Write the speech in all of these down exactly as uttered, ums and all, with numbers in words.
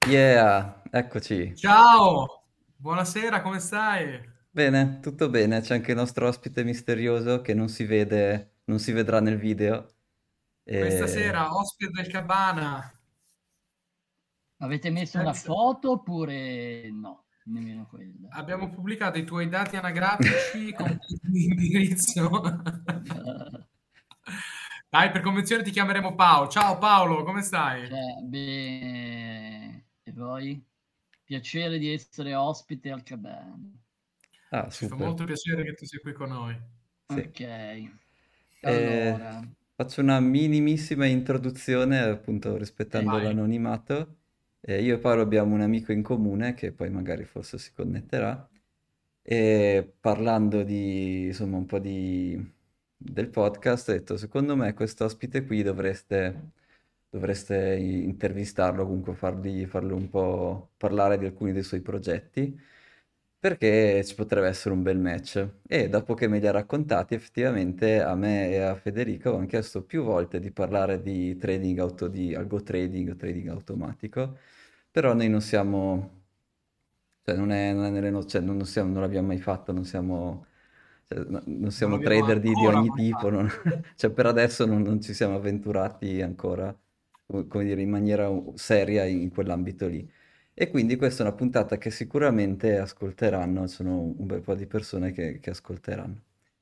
Yeah, eccoci. Ciao, buonasera, come stai? Bene, tutto bene. C'è anche il nostro ospite misterioso che non si vede, non si vedrà nel video. Questa E... sera ospite del Cabana. Avete messo una Terza- foto oppure no? Nemmeno quella. Abbiamo pubblicato i tuoi dati anagrafici con l'indirizzo. Dai, per convenzione ti chiameremo Paolo. Ciao Paolo, come stai? Cioè, beh, e voi? Piacere di essere ospite al Cabana. Ah, Ci fa super. molto piacere che tu sia qui con noi. Sì. Ok, Eh, allora, Faccio una minimissima introduzione, appunto, eh, rispettando Vai. l'anonimato. Eh, io e Paolo abbiamo un amico in comune che poi magari forse si connetterà. E parlando di, insomma, un po' di, del podcast, ho detto, secondo me questo ospite qui dovreste, dovreste intervistarlo, comunque fargli, farlo un po' parlare di alcuni dei suoi progetti, perché ci potrebbe essere un bel match. E dopo che me li ha raccontati, effettivamente a me e a Federico avevo chiesto più volte di parlare di trading auto, di algo trading o trading automatico, però noi non siamo, cioè non è, non è nelle no- cioè non, non siamo- non l'abbiamo mai fatto, non siamo, cioè, no- non Non siamo l'abbiamo trader di, di ancora ogni mai tipo, fatto. non- cioè per adesso non, non ci siamo avventurati ancora, come come dire, in maniera seria in quell'ambito lì. E quindi questa è una puntata che sicuramente ascolteranno, sono un bel po' di persone che, che ascolteranno.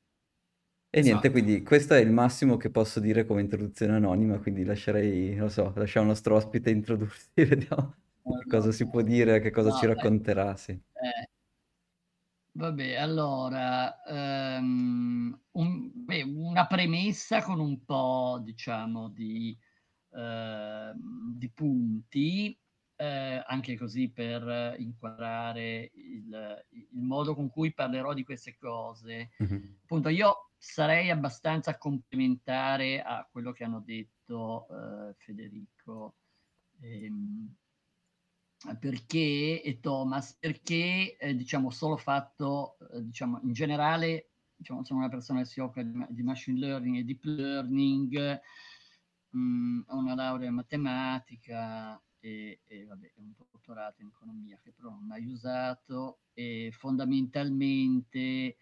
E niente, Esatto. quindi questo è il massimo che posso dire come introduzione anonima, quindi lascerei, non lo so, lasciamo il nostro ospite introdursi, vediamo che cosa si può allora, dire, che cosa ci no, eh, racconterà, sì. eh, vabbè, allora, ehm, un- beh, una premessa con un po', diciamo, di, ehm, di punti, eh, anche così per inquadrare il, il modo con cui parlerò di queste cose. Mhm. Appunto, io sarei abbastanza complementare a quello che hanno detto, eh, Federico. ehm, Perché e Thomas, perché eh, diciamo solo fatto, eh, diciamo in generale, diciamo, sono una persona che si occupa di, ma- di machine learning e deep learning, mh, ho una laurea in matematica e, e vabbè, un dottorato in economia che però non ho mai usato e fondamentalmente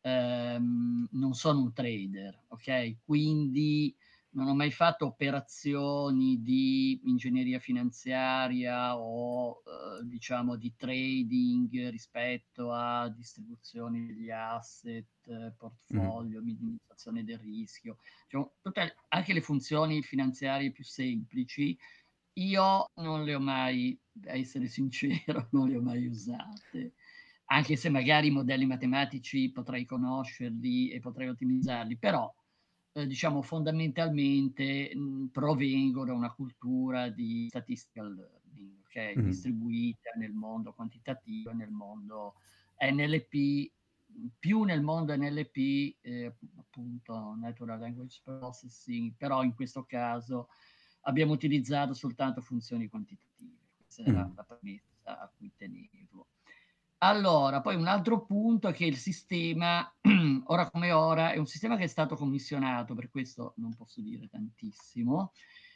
ehm, non sono un trader, ok? Quindi non ho mai fatto operazioni di ingegneria finanziaria o eh, diciamo di trading rispetto a distribuzione degli asset, eh, Mhm. portfolio, minimizzazione del rischio, diciamo, tutte, anche le funzioni finanziarie più semplici. Io non le ho mai, a essere sincero, non le ho mai usate, anche se magari i modelli matematici potrei conoscerli e potrei ottimizzarli, però eh, diciamo fondamentalmente mh, provengo da una cultura di statistical learning, ok? Mhm. Distribuita nel mondo quantitativo e nel mondo N L P, più nel mondo N L P, eh, appunto Natural Language Processing, però in questo caso abbiamo utilizzato soltanto funzioni quantitative. Questa era Mhm. la premessa a cui tenevo. Allora, poi un altro punto è che il sistema, ora come ora, è un sistema che è stato commissionato, per questo non posso dire tantissimo,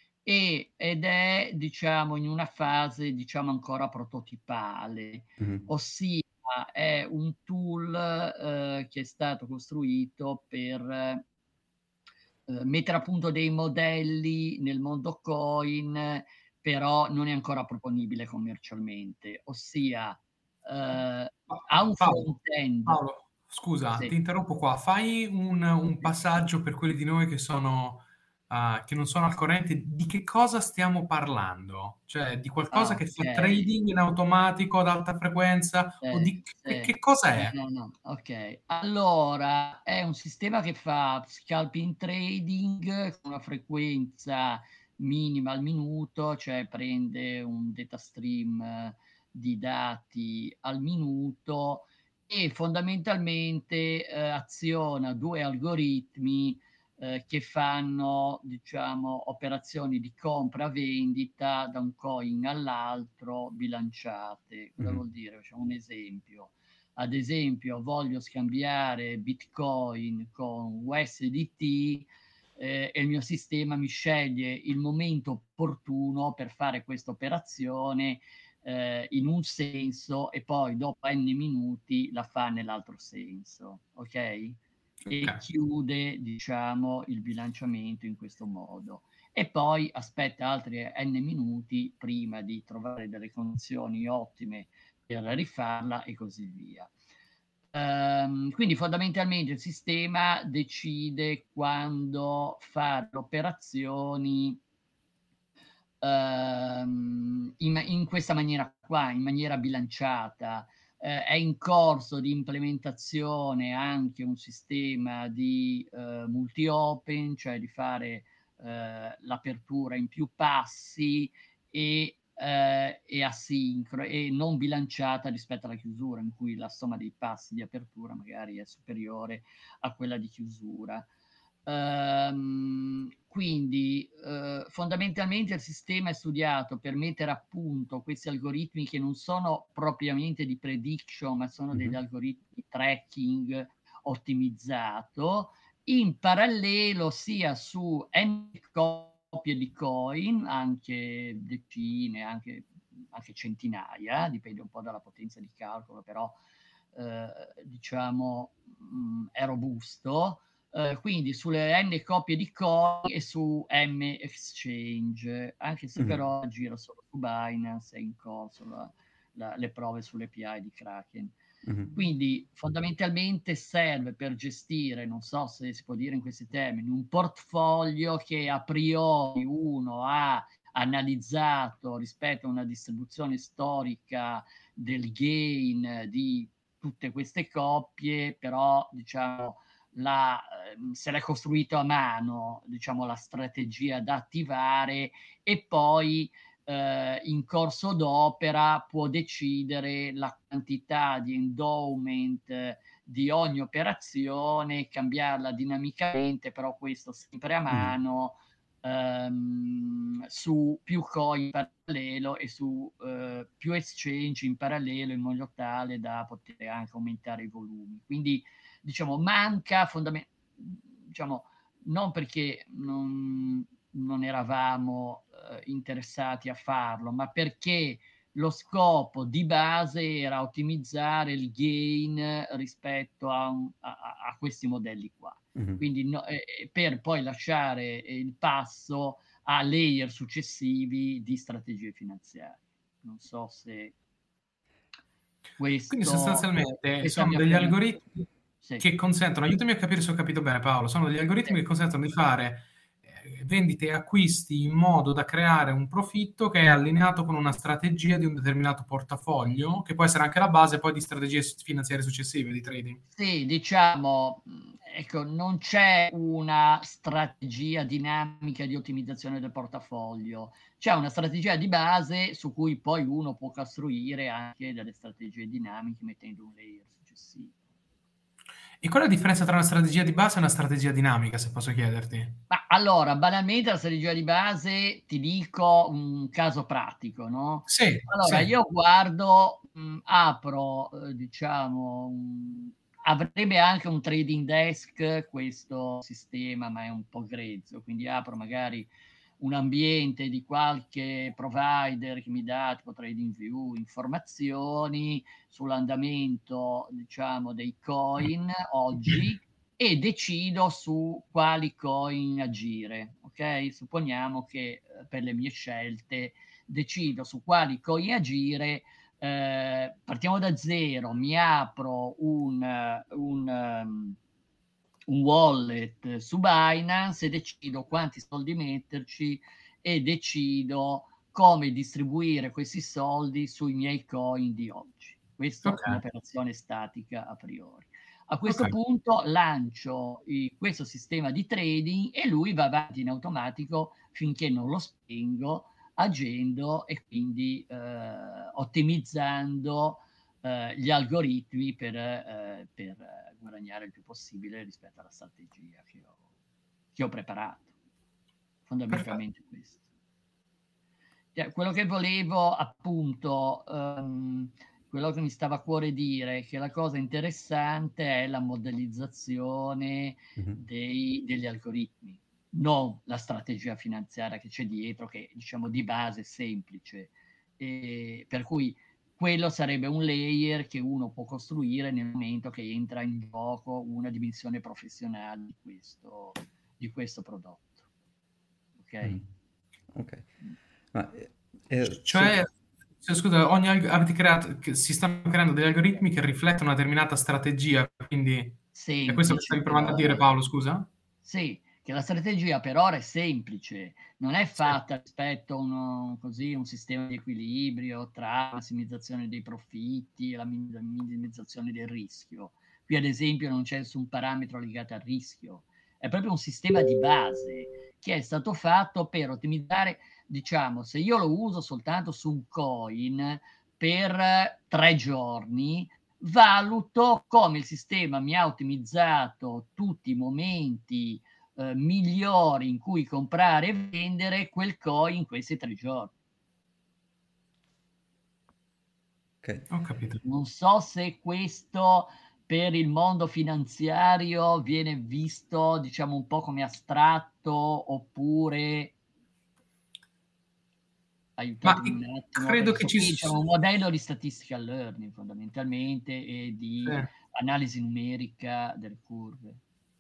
e, ed è, diciamo, in una fase, diciamo, ancora prototipale, Mhm. ossia è un tool eh, che è stato costruito per eh, mettere a punto dei modelli nel mondo coin, però non è ancora proponibile commercialmente, ossia eh, Pa- ha un Paolo, front-end. Paolo, scusa, Sì. ti interrompo qua. Fai un, un Sì. passaggio per quelli di noi che sono, ah, che non sono al corrente. Di che cosa stiamo parlando? Cioè, di qualcosa Ah, che fa ok. trading in automatico ad alta frequenza? O Sì, di che, sì. che cosa No, è? no, no. Ok. Allora, è un sistema che fa scalping trading con una frequenza minima al minuto, cioè prende un data stream eh, di dati al minuto e fondamentalmente eh, aziona due algoritmi eh, che fanno, diciamo, operazioni di compra-vendita da un coin all'altro bilanciate. Cosa Mhm. vuol dire? Facciamo un esempio. Ad esempio, voglio scambiare Bitcoin con U S D T eh, e il mio sistema mi sceglie il momento opportuno per fare questa operazione eh, in un senso e poi dopo n minuti la fa nell'altro senso, ok? E Ok. chiude, diciamo, il bilanciamento in questo modo. E poi aspetta altri n minuti prima di trovare delle condizioni ottime per rifarla e così via. Ehm, quindi fondamentalmente il sistema decide quando fare operazioni ehm, in, in questa maniera qua, in maniera bilanciata. Eh, è in corso di implementazione anche un sistema di eh, multi-open, cioè di fare eh, l'apertura in più passi e, eh, e asincro e non bilanciata rispetto alla chiusura, in cui la somma dei passi di apertura magari è superiore a quella di chiusura. Um, quindi uh, fondamentalmente il sistema è studiato per mettere a punto questi algoritmi che non sono propriamente di prediction, ma sono degli Mhm. algoritmi di tracking ottimizzato in parallelo sia su n coppie di coin, anche decine, anche, anche centinaia, dipende un po' dalla potenza di calcolo, però eh, diciamo mh, è robusto. Uh, quindi sulle n coppie di coin e su M Exchange, anche se Mhm. però gira solo su Binance e in corso la, la, le prove sulle P I di Kraken. Mhm. Quindi fondamentalmente serve per gestire, non so se si può dire in questi termini, un portfolio che a priori uno ha analizzato rispetto a una distribuzione storica del gain di tutte queste coppie, però diciamo la, se l'è costruito a mano, diciamo, la strategia da attivare e poi eh, in corso d'opera può decidere la quantità di endowment di ogni operazione, cambiarla dinamicamente, però questo sempre a Mhm. mano, ehm, su più coin in parallelo e su eh, più exchange in parallelo in modo tale da poter anche aumentare i volumi. Quindi diciamo, manca fondamentalmente, diciamo, non perché non, non eravamo eh, interessati a farlo, ma perché lo scopo di base era ottimizzare il gain rispetto a, un, a, a questi modelli qua. Mhm. Quindi no, eh, per poi lasciare il passo a layer successivi di strategie finanziarie. Non so se Quindi questo, sostanzialmente questa sono mia degli prima... algoritmi Sì. che consentono, aiutami a capire se ho capito bene Paolo, sono degli Sì. algoritmi che consentono di fare eh, vendite e acquisti in modo da creare un profitto che è allineato con una strategia di un determinato portafoglio, che può essere anche la base poi di strategie finanziarie successive di trading. Sì, diciamo, ecco, non c'è una strategia dinamica di ottimizzazione del portafoglio, c'è una strategia di base su cui poi uno può costruire anche delle strategie dinamiche mettendo un layer successivo. E qual è la differenza tra una strategia di base e una strategia dinamica, se posso chiederti? Ma allora, banalmente la strategia di base, ti dico un caso pratico, no? Sì, Allora, sì. io guardo, mh, apro, eh, diciamo, un- avrebbe anche un trading desk questo sistema, ma è un po' grezzo, quindi apro magari un ambiente di qualche provider che mi dà tipo TradingView informazioni sull'andamento, diciamo, dei coin oggi e decido su quali coin agire. Ok? Supponiamo che eh, per le mie scelte decido su quali coin agire. Eh, partiamo da zero, mi apro un, un, um, un wallet su Binance e decido quanti soldi metterci e decido come distribuire questi soldi sui miei coin di oggi. Questa Ok, è un'operazione statica a priori. A ok. questo punto lancio i, questo sistema di trading e lui va avanti in automatico finché non lo spengo, agendo e quindi eh, ottimizzando eh, gli algoritmi per, eh, per guadagnare il più possibile rispetto alla strategia che ho, che ho preparato. Perfetto. Fondamentalmente questo. Cioè, quello che volevo appunto, um, quello che mi stava a cuore dire, che la cosa interessante è la modellizzazione Mhm. dei, degli algoritmi, non la strategia finanziaria che c'è dietro, che diciamo di base è semplice. e per cui quello sarebbe un layer che uno può costruire nel momento che entra in gioco una dimensione professionale di questo, di questo prodotto. Ok? Mm. Ok. Ma, eh, eh, Cioè, su- se- scusa, ogni alg- avete creato, che si stanno creando degli algoritmi che riflettono una determinata strategia, quindi è questo che Semplice stavi per provando a dire, ora. Paolo, scusa? Sì, che la strategia per ora è semplice, non è Sì. fatta rispetto a uno, così, un sistema di equilibrio tra massimizzazione dei profitti e la min- la minimizzazione del rischio. Qui ad esempio non c'è nessun parametro legato al rischio, è proprio un sistema di base che è stato fatto per ottimizzare, diciamo, se io lo uso soltanto su un coin per tre giorni, valuto come il sistema mi ha ottimizzato tutti i momenti eh, migliori in cui comprare e vendere quel coin in questi tre giorni. ok. Ho capito. Non so se questo per il mondo finanziario viene visto, diciamo, un po' come astratto oppure Ma aiutatemi eh, un attimo, credo perché che sto ci... qui s- diciamo un modello di statistical learning fondamentalmente e sì. di analisi numerica delle curve.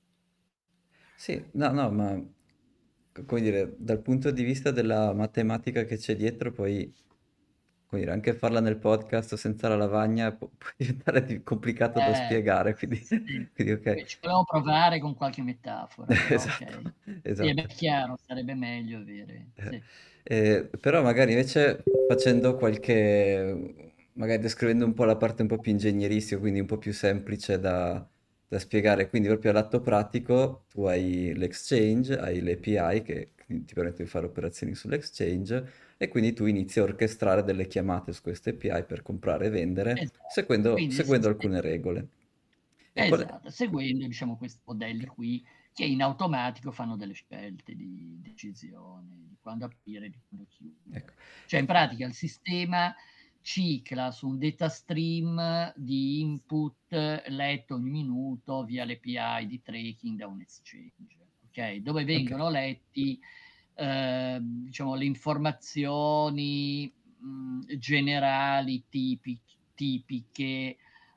Sì, no, no, ma co- come dire, dal punto di vista della matematica che c'è dietro, poi, come dire, anche farla nel podcast senza la lavagna può, può diventare di- complicato da Eh, spiegare, quindi, sì. quindi ok. Beh, ci volevo provare con qualche metafora, però Esatto, ok. Sì, beh, esatto. è chiaro, sarebbe meglio avere. Eh, Sì. eh, però magari invece facendo qualche, magari descrivendo un po' la parte un po' più ingegneristica, quindi un po' più semplice da, da spiegare, quindi proprio all'atto pratico tu hai l'exchange, hai le A P I che ti permettono di fare operazioni sull'exchange e quindi tu inizi a orchestrare delle chiamate su queste A P I per comprare e vendere Esatto. seguendo, Quindi il seguendo sistema, alcune regole. E qual è? esatto, seguendo diciamo questi modelli qui che in automatico fanno delle scelte di decisione, di quando aprire e di quando Ecco. chiudere. Cioè in E- pratica il sistema cicla su un data stream di input letto ogni minuto via l'A P I di tracking da un exchange, ok? Dove ok. vengono letti eh, diciamo, le informazioni mh, generali tipi- tipiche,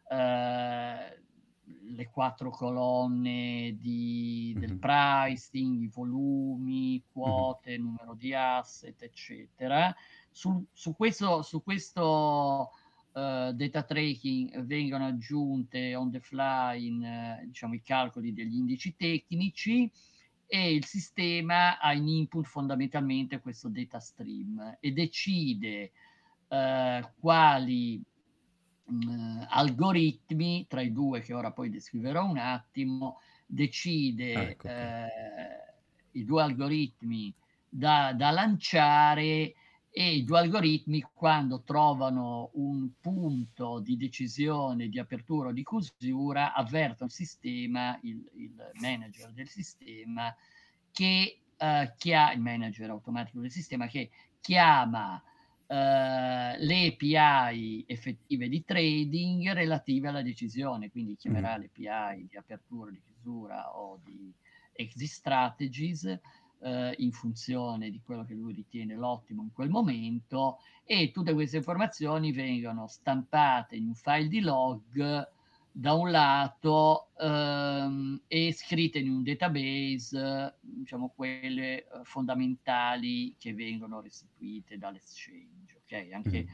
eh, le quattro colonne di- del Mhm, pricing, i volumi, mhm, quote, numero di asset, eccetera. Su, su questo, su questo eh, data tracking vengono aggiunte on the fly in, eh, diciamo, i calcoli degli indici tecnici e il sistema ha in input fondamentalmente questo data stream e decide eh, quali mh, algoritmi, tra i due che ora poi descriverò un attimo, ah, decide ecco, ok. eh, i due algoritmi da, da lanciare e i due algoritmi quando trovano un punto di decisione di apertura o di chiusura avvertono il sistema, il, il manager del sistema che eh, chia- il manager automatico del sistema che chiama eh, le A P I effettive di trading relative alla decisione, quindi Mhm, chiamerà le A P I di apertura, di chiusura o di exit strategies eh, in funzione di quello che lui ritiene l'ottimo in quel momento e tutte queste informazioni vengono stampate in un file di log da un lato ehm, e scritte in un database, eh, diciamo quelle eh, fondamentali che vengono restituite dall'exchange. Ok, anche mhm. eh,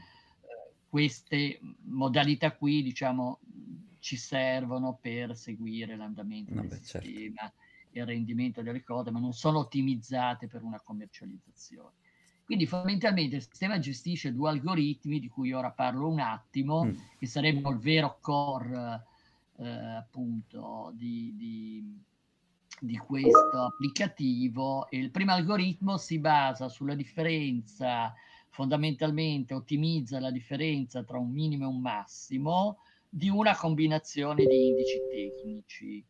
queste modalità qui, diciamo, ci servono per seguire l'andamento del Vabbè, certo. sistema e il rendimento delle cose, ma non sono ottimizzate per una commercializzazione. Quindi fondamentalmente il sistema gestisce due algoritmi di cui ora parlo un attimo, Mm, che sarebbero il vero core eh, appunto di, di, di questo applicativo. E il primo algoritmo si basa sulla differenza, fondamentalmente ottimizza la differenza tra un minimo e un massimo di una combinazione di indici tecnici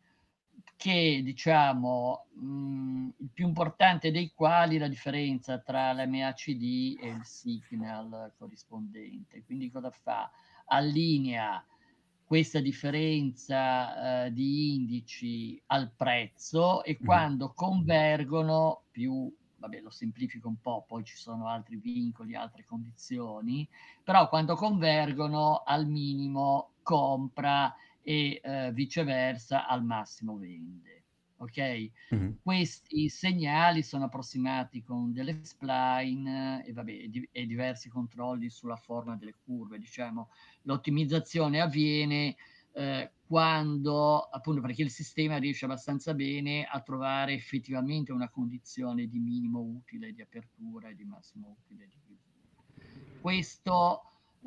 che diciamo mh, il più importante dei quali è la differenza tra l'M A C D e il signal corrispondente. Quindi cosa fa? Allinea questa differenza eh, di indici al prezzo e mhm, quando convergono più vabbè, lo semplifico un po', poi ci sono altri vincoli, altre condizioni, però quando convergono al minimo compra e eh, viceversa al massimo vende. Ok? Mhm. Questi segnali sono approssimati con delle spline e, vabbè, e, di- e diversi controlli sulla forma delle curve. Diciamo, l'ottimizzazione avviene eh, quando, appunto, perché il sistema riesce abbastanza bene a trovare effettivamente una condizione di minimo utile di apertura e di massimo utile di chiusura. Questo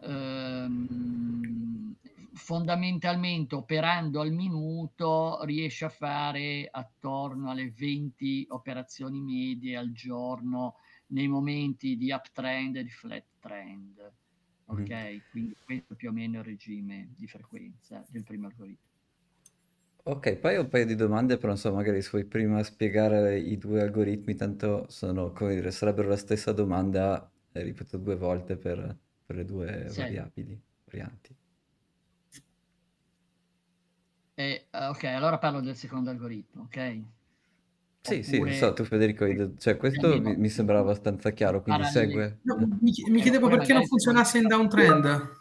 ehm, fondamentalmente, operando al minuto, riesce a fare attorno alle venti operazioni medie al giorno nei momenti di uptrend e di flat trend. Mhm. Ok, quindi questo è più o meno il regime di frequenza del primo algoritmo. Ok, poi ho un paio di domande, però insomma, magari se vuoi prima spiegare i due algoritmi, tanto sono, come dire, sarebbero la stessa domanda, eh, ripeto due volte per, per le due Sì. variabili, varianti. E, eh, ok, allora parlo del secondo algoritmo, ok? Sì, sì, so, Oppure tu Federico, hai de- cioè questo mi, mi sembra abbastanza chiaro, quindi parallelo. segue... No, eh, mi, ch- mi Ok, chiedevo oppure perché non magari se vuoi... funzionasse in downtrend.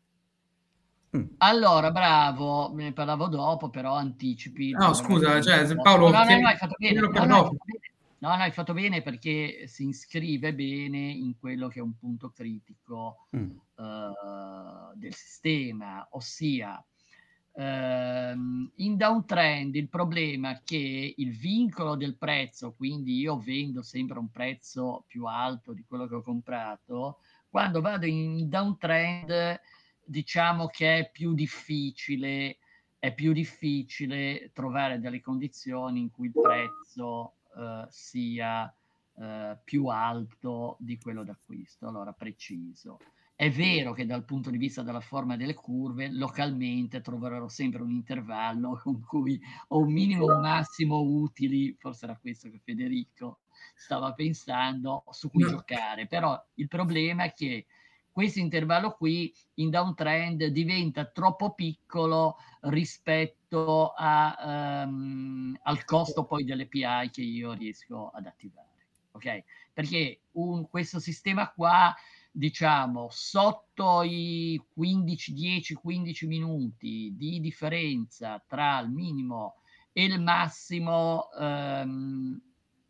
mm, Allora, bravo, me ne parlavo dopo, però anticipi, No, magari scusa, dimentico. cioè, se- No, Paolo, no, no, tieni- hai fatto bene. tienilo No, per no, hai dopo. fatto bene. No, no, hai fatto bene perché si iscrive bene in quello che è un punto critico mm, eh, del sistema, ossia ehm, in downtrend il problema è che il vincolo del prezzo, quindi io vendo sempre a un prezzo più alto di quello che ho comprato, quando vado in downtrend diciamo che è più difficile, è più difficile trovare delle condizioni in cui il prezzo eh, sia eh, più alto di quello d'acquisto. Allora, preciso. È vero che dal punto di vista della forma delle curve, localmente troverò sempre un intervallo con cui ho un minimo e un massimo utili, forse era questo che Federico stava pensando, su cui No. giocare. Però il problema è che questo intervallo qui in downtrend diventa troppo piccolo rispetto a, um, al costo poi dell'A P I che io riesco ad attivare. Ok? Perché un, questo sistema qua, diciamo, sotto i quindici, dieci, quindici minuti di differenza tra il minimo e il massimo um,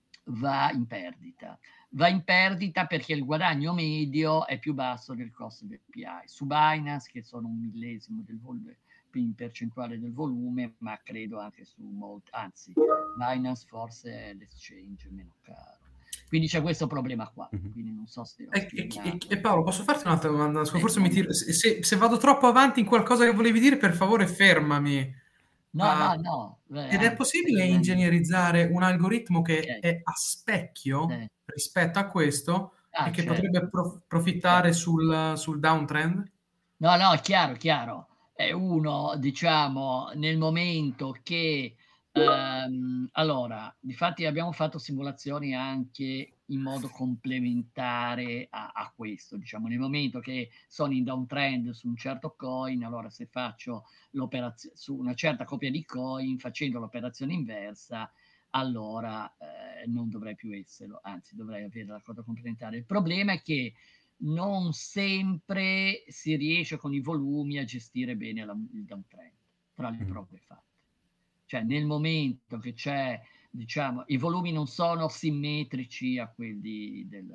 va in perdita. Va in perdita perché il guadagno medio è più basso del costo del P I. Su Binance, che sono un millesimo del volume, in percentuale del volume, ma credo anche su molti, anzi, Binance forse è l'exchange meno caro. Quindi c'è questo problema qua. mhm. Quindi non so se ho E, e- e- spiegato. e Paolo, posso farti un'altra domanda? Scusa, Eh, forse mi tiro- se, se- se vado troppo avanti in qualcosa che volevi dire, per favore fermami. No, Ah, no, no, eh, ed è anzi, stai possibile bene. ingegnerizzare un algoritmo che Ok, è a specchio sì. rispetto a questo e Ah, che certo, potrebbe pro- certo. profittare sul, sul downtrend? No, no, è chiaro, chiaro. È uno, diciamo, nel momento che, ehm, allora, difatti abbiamo fatto simulazioni anche in modo complementare a, a questo, diciamo, nel momento che sono in downtrend su un certo coin, allora se faccio l'operazione su una certa coppia di coin, facendo l'operazione inversa, allora eh, non dovrei più esserlo, anzi dovrei avere la coda complementare. Il problema è che non sempre si riesce con i volumi a gestire bene la, il downtrend, tra le Mhm. prove fatte. Cioè nel momento che c'è, diciamo, i volumi non sono simmetrici a quelli del,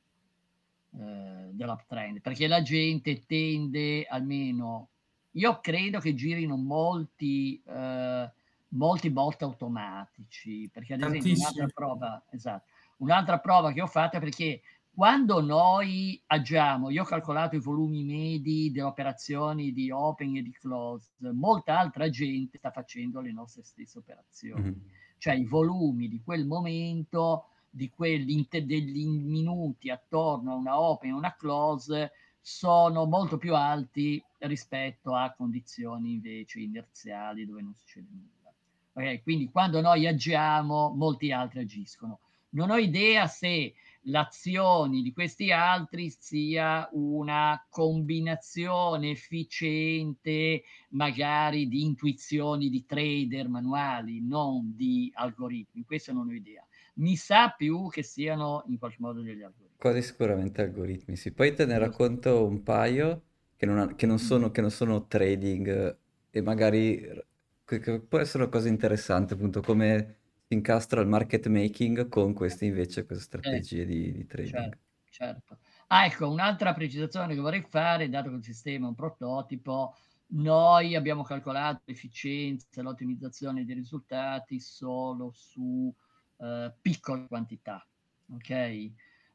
eh, dell'uptrend, perché la gente tende almeno, io credo che girino molti, eh, molti bot automatici, perché ad esempio un'altra Tantissimi. prova, esatto, un'altra prova che ho fatto è perché quando noi agiamo, io ho calcolato i volumi medi delle operazioni di open e di close, molta altra gente sta facendo le nostre stesse operazioni, Mhm. cioè i volumi di quel momento, di quelli degli minuti attorno a una open e una close, sono molto più alti rispetto a condizioni invece inerziali dove non succede nulla. Okay? Quindi quando noi agiamo, molti altri agiscono. Non ho idea se l'azione di questi altri sia una combinazione efficiente magari di intuizioni di trader manuali, non di algoritmi, questo non ho idea. mi sa più che siano in qualche modo degli algoritmi. Quasi sicuramente algoritmi, sì. Poi te ne racconto un paio che non, ha- che non sono, che non sono trading eh, e magari che, che può essere una cosa interessante, appunto, come si incastra il market making con queste invece, queste Eh, strategie di, di trading. certo, certo. Ah, ecco, un'altra precisazione che vorrei fare, dato che il sistema è un prototipo, noi abbiamo calcolato l'efficienza e l'ottimizzazione dei risultati solo su eh, piccole quantità, ok?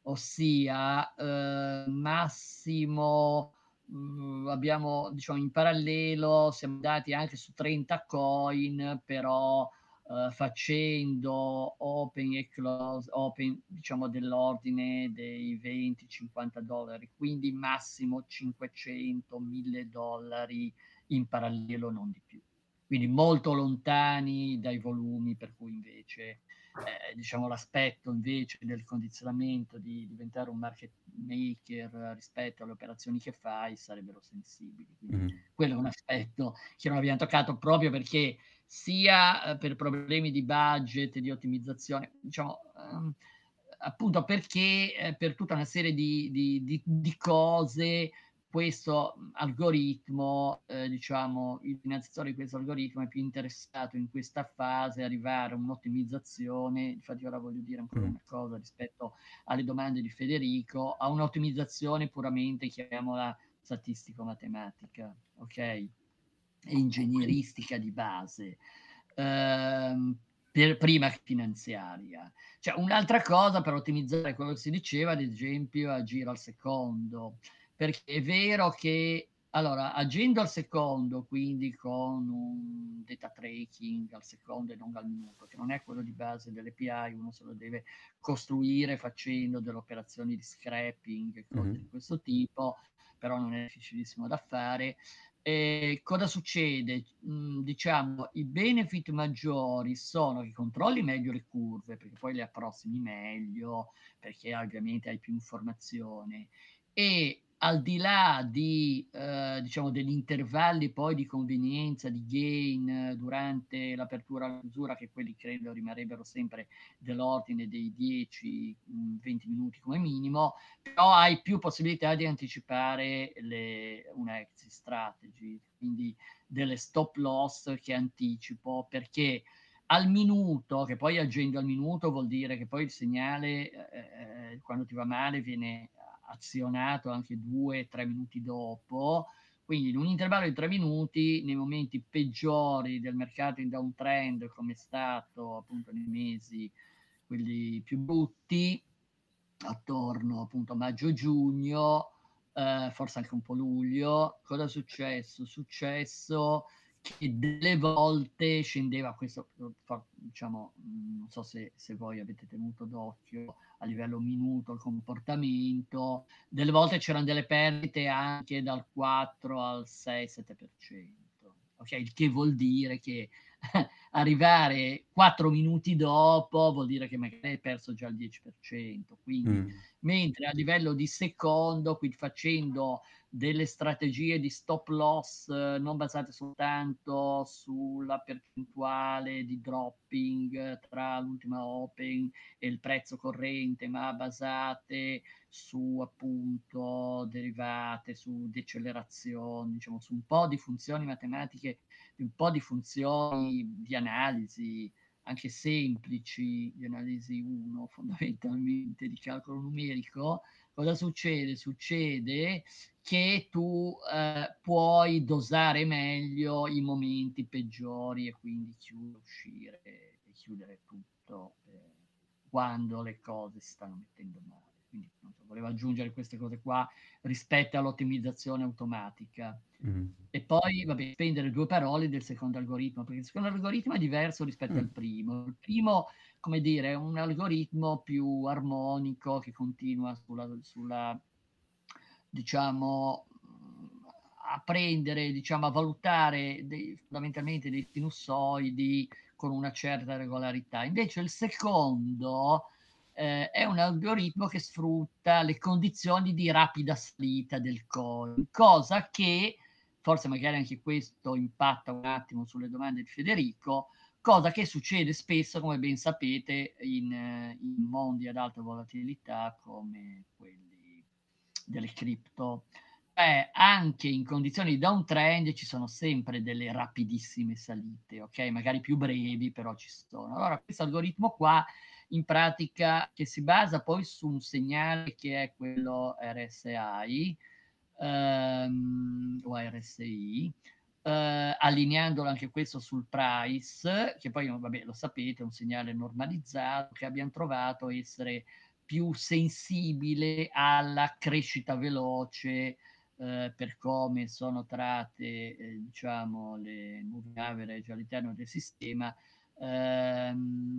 Ossia, eh, massimo, mh, abbiamo, diciamo, in parallelo, siamo andati anche su trenta coin, però Uh, facendo open e close, open diciamo dell'ordine dei venti cinquanta dollari, quindi massimo cinquecento mille dollari in parallelo, non di più. Quindi molto lontani dai volumi, per cui invece eh, diciamo l'aspetto invece del condizionamento di diventare un market maker rispetto alle operazioni che fai sarebbero sensibili. Quindi Mhm. quello è un aspetto che non abbiamo toccato proprio perché sia eh, per problemi di budget e di ottimizzazione, diciamo, ehm, appunto perché eh, per tutta una serie di, di, di, di cose questo algoritmo, eh, diciamo, il finanziatore di questo algoritmo è più interessato in questa fase a arrivare a un'ottimizzazione, infatti ora voglio dire ancora Mm. una cosa rispetto alle domande di Federico, a un'ottimizzazione puramente, chiamiamola statistico-matematica, ok? E ingegneristica di base, ehm, per, prima che finanziaria. Cioè, un'altra cosa per ottimizzare quello che si diceva, ad esempio, agire al secondo, perché è vero che, allora, agendo al secondo, quindi con un data tracking al secondo e non al minuto, che non è quello di base dell'A P I, uno se lo deve costruire facendo delle operazioni di scrapping e cose Mhm. di questo tipo, però non è difficilissimo da fare. E cosa succede? Mm, diciamo, i benefit maggiori sono che controlli meglio le curve, perché poi le approssimi meglio, perché ovviamente hai più informazione. E al di là di, eh, diciamo, degli intervalli poi di convenienza, di gain eh, durante l'apertura e la chiusura, che quelli credo rimarrebbero sempre dell'ordine dei dieci venti minuti come minimo, però hai più possibilità di anticipare le, una exit strategy, quindi delle stop loss che anticipo, perché al minuto, che poi agendo al minuto vuol dire che poi il segnale, eh, quando ti va male, viene azionato anche due, tre minuti dopo, quindi in un intervallo di tre minuti, nei momenti peggiori del mercato in downtrend, come è stato appunto nei mesi quelli più brutti, attorno appunto a maggio-giugno, eh, forse anche un po' luglio, cosa è successo? Successo che delle volte scendeva questo, diciamo, non so se, se voi avete tenuto d'occhio a livello minuto il comportamento, delle volte c'erano delle perdite anche dal quattro al sei sette per cento, ok? Il che vuol dire che arrivare quattro minuti dopo vuol dire che magari hai perso già il dieci per cento, quindi Mm. mentre a livello di secondo, quindi facendo delle strategie di stop loss eh, non basate soltanto sulla percentuale di dropping eh, tra l'ultima open e il prezzo corrente, ma basate su appunto derivate, su decelerazioni, diciamo su un po' di funzioni matematiche, un po' di funzioni di analisi anche semplici, di analisi uno fondamentalmente di calcolo numerico. Cosa succede? Succede che tu eh, puoi dosare meglio i momenti peggiori e quindi chiudere, uscire e chiudere tutto eh, quando le cose si stanno mettendo male. Quindi non so, volevo aggiungere queste cose qua rispetto all'ottimizzazione automatica. Mm. E poi, vabbè, spendere due parole del secondo algoritmo, perché il secondo algoritmo è diverso rispetto Mm. al primo. Il primo, come dire, è un algoritmo più armonico che continua sulla, sulla diciamo, a prendere, diciamo, a valutare dei, fondamentalmente dei sinusoidi con una certa regolarità. Invece il secondo eh, è un algoritmo che sfrutta le condizioni di rapida salita del coin, cosa che, forse magari anche questo impatta un attimo sulle domande di Federico, cosa che succede spesso, come ben sapete, in, eh, in mondi ad alta volatilità come quelli delle cripto. Eh, anche in condizioni di downtrend ci sono sempre delle rapidissime salite, ok? Magari più brevi, però ci sono. Allora, questo algoritmo qua, in pratica, che si basa poi su un segnale che è quello R S I, ehm, o R S I, eh, allineandolo anche questo sul price, che poi, vabbè, lo sapete, è un segnale normalizzato, che abbiamo trovato essere più sensibile alla crescita veloce, eh, per come sono tratte, eh, diciamo, le moving average all'interno del sistema. Ehm,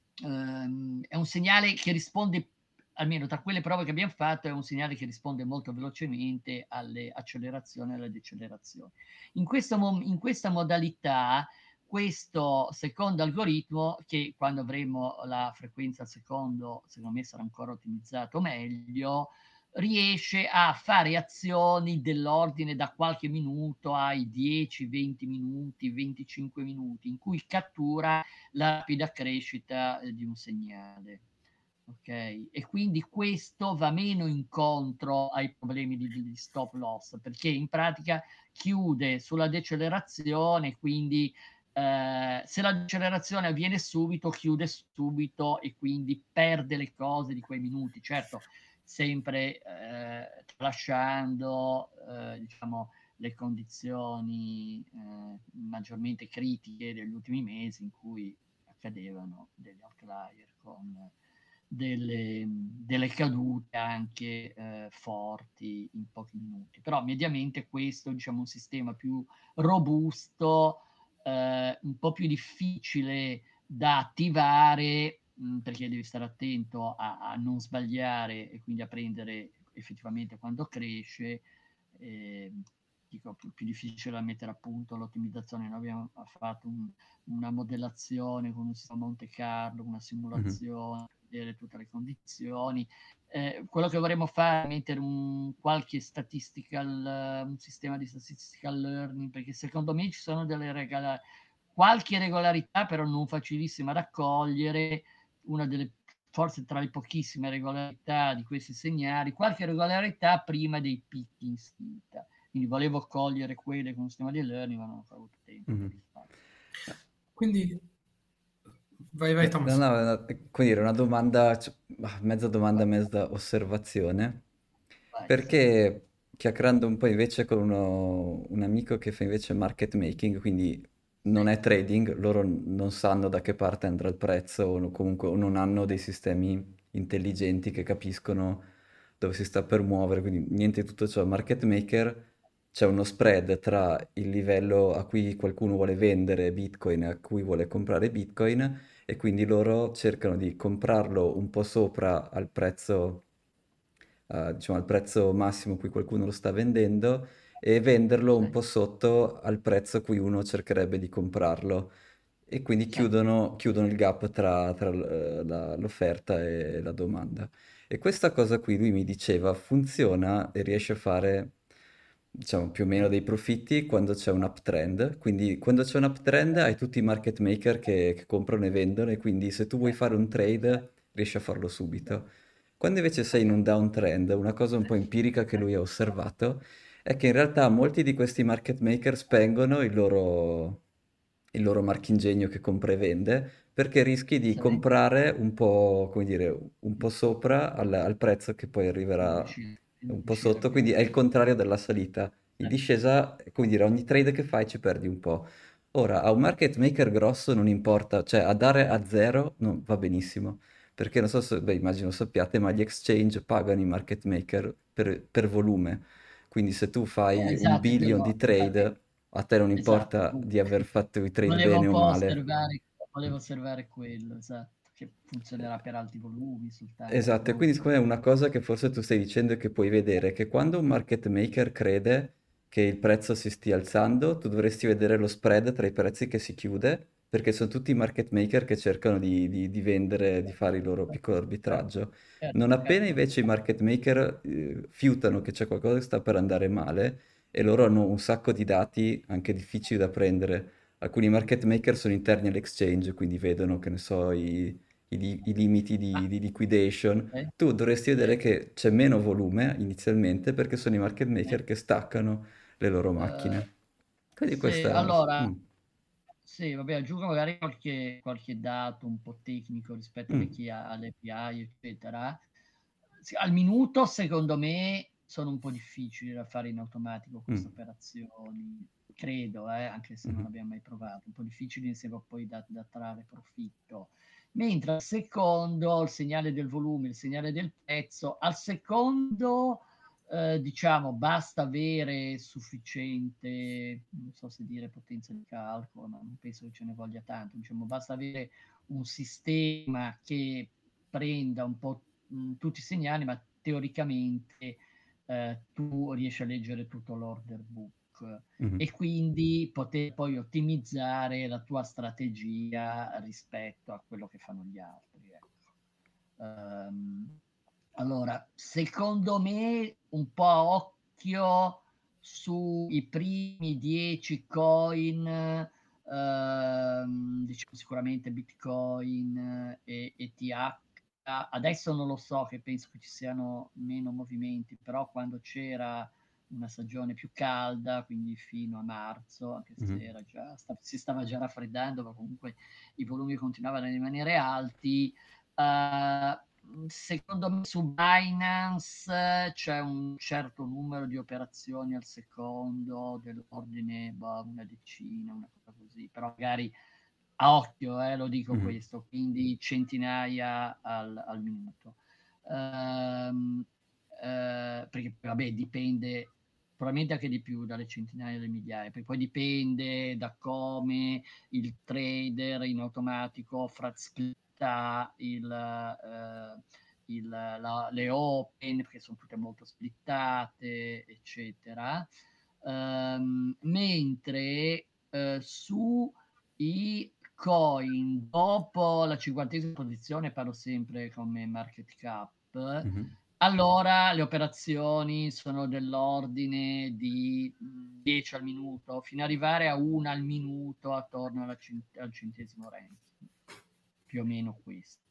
ehm, è un segnale che risponde, almeno tra quelle prove che abbiamo fatto, è un segnale che risponde molto velocemente alle accelerazioni e alle decelerazioni. In, questo mom- in questa modalità, questo secondo algoritmo, che quando avremo la frequenza al secondo, secondo me sarà ancora ottimizzato meglio, riesce a fare azioni dell'ordine da qualche minuto ai dieci, venti minuti, venticinque minuti, in cui cattura la rapida crescita eh, di un segnale. Ok, e quindi questo va meno incontro ai problemi di, di stop loss, perché in pratica chiude sulla decelerazione, quindi eh, se la decelerazione avviene subito, chiude subito e quindi perde le cose di quei minuti. Certo, sempre eh, tralasciando eh, diciamo, le condizioni eh, maggiormente critiche degli ultimi mesi in cui accadevano degli outlier con delle, delle cadute anche eh, forti in pochi minuti. Però mediamente questo diciamo, è un sistema più robusto, eh, un po' più difficile da attivare, mh, perché devi stare attento a, a non sbagliare e quindi a prendere effettivamente quando cresce. Eh, dico, più, più difficile da mettere a punto l'ottimizzazione. Noi abbiamo fatto un, una modellazione con un sistema Monte Carlo, una simulazione, per vedere tutte le condizioni. Eh, quello che vorremmo fare è mettere un qualche statistical, un sistema di statistical learning, perché secondo me ci sono delle regala, qualche regolarità, però non facilissima da cogliere, una delle forse tra le pochissime regolarità di questi segnali, qualche regolarità prima dei picchi in spinta. Quindi volevo cogliere quelle con un sistema di learning, ma non ho avuto tempo Mhm. per il fatto. Quindi, vai, vai No, Thomas. no, no, quindi era una domanda, cioè, ah, mezza domanda, mezza osservazione, Vai, sì. perché chiacchierando un po' invece con uno- un amico che fa invece market making, quindi non è trading, loro non sanno da che parte andrà il prezzo o no- comunque o non hanno dei sistemi intelligenti che capiscono dove si sta per muovere, quindi niente di tutto ciò. Market maker c'è uno spread tra il livello a cui qualcuno vuole vendere Bitcoin e a cui vuole comprare Bitcoin e quindi loro cercano di comprarlo un po' sopra al prezzo, eh, diciamo, al prezzo massimo a cui qualcuno lo sta vendendo e venderlo un Sì, po' sotto al prezzo a cui uno cercherebbe di comprarlo. E quindi sì, chiudono, chiudono il gap tra, tra l- la- l'offerta e la domanda. E questa cosa qui lui mi diceva funziona e riesce a fare, diciamo, più o meno dei profitti quando c'è un uptrend. Quindi quando c'è un uptrend hai tutti i market maker che, che comprano e vendono e quindi se tu vuoi fare un trade riesci a farlo subito. Quando invece sei in un downtrend, una cosa un po' empirica che lui ha osservato è che in realtà molti di questi market maker spengono il loro, il loro marchingegno che compra e vende perché rischi di sì, comprare un po', come dire, un po' sopra al, al prezzo che poi in arriverà uscita, in un po' uscita sotto, più. quindi è il contrario della salita. In Sì, discesa, come dire, ogni trade che fai ci perdi un po'. Ora, a un market maker grosso non importa, cioè a dare a zero non va benissimo, perché non so se, beh, immagino sappiate, ma gli exchange pagano i market maker per, per volume. Quindi se tu eh, fai un esatto, billion di quello, infatti, trade, a te non esatto. importa di aver fatto i trade Volevo bene un o po' male. osservare, volevo osservare quello, esatto, che funzionerà per alti volumi, sul time Esatto, e quindi frame. siccome è una cosa che forse tu stai dicendo e che puoi vedere, che quando un market maker crede che il prezzo si stia alzando, tu dovresti vedere lo spread tra i prezzi che si chiude, perché sono tutti market maker che cercano di, di- di vendere, di fare il loro piccolo arbitraggio. Certo, Non appena certo. invece i market maker eh, fiutano che c'è qualcosa che sta per andare male, e loro hanno un sacco di dati anche difficili da prendere alcuni market maker sono interni all'exchange, quindi vedono, che ne so, i, i li- i limiti di, Ah, di liquidation. ok. Tu dovresti vedere che c'è meno volume inizialmente perché sono i market Eh, maker che staccano le loro eh, macchine. Quindi sì, questa... allora, mm, sì, vabbè, aggiungo magari qualche, qualche dato un po' tecnico rispetto alle, mm, chi- alle A P I, eccetera. Sì, al minuto, secondo me, sono un po' difficili da fare in automatico queste mm, operazioni, credo, eh, anche se non mhm, abbiamo mai provato, un po' difficili in sé poi da, da trarre profitto. Mentre al secondo, il segnale del volume, il segnale del prezzo, al secondo eh, diciamo, basta avere sufficiente, non so se dire potenza di calcolo, ma non penso che ce ne voglia tanto, diciamo, basta avere un sistema che prenda un po' mh, tutti i segnali, ma teoricamente eh, tu riesci a leggere tutto l'order book mhm, e quindi poter poi ottimizzare la tua strategia rispetto a quello che fanno gli altri. Ecco. Um, allora, secondo me un po' a occhio sui primi dieci coin, ehm, diciamo sicuramente Bitcoin e E T H. Adesso non lo so, che penso che ci siano meno movimenti, però quando c'era una stagione più calda, quindi fino a marzo, anche se mhm, era già, sta- si stava già raffreddando, ma comunque i volumi continuavano a rimanere alti. Uh, secondo me su Binance eh, c'è un certo numero di operazioni al secondo dell'ordine boh, una decina, una cosa così, però magari a occhio, eh, lo dico mhm. questo, quindi centinaia al, al minuto. Um, eh, perché vabbè dipende probabilmente anche di più dalle centinaia delle migliaia, perché poi dipende da come il trader in automatico frascritta il, eh, il, la, le open, perché sono tutte molto splittate, eccetera. Um, mentre uh, su i coin dopo la cinquantesima posizione, parlo sempre come market cap, Mhm. allora le operazioni sono dell'ordine di dieci al minuto, fino ad arrivare a una al minuto attorno alla cent- al centesimo ranking, più o meno questo.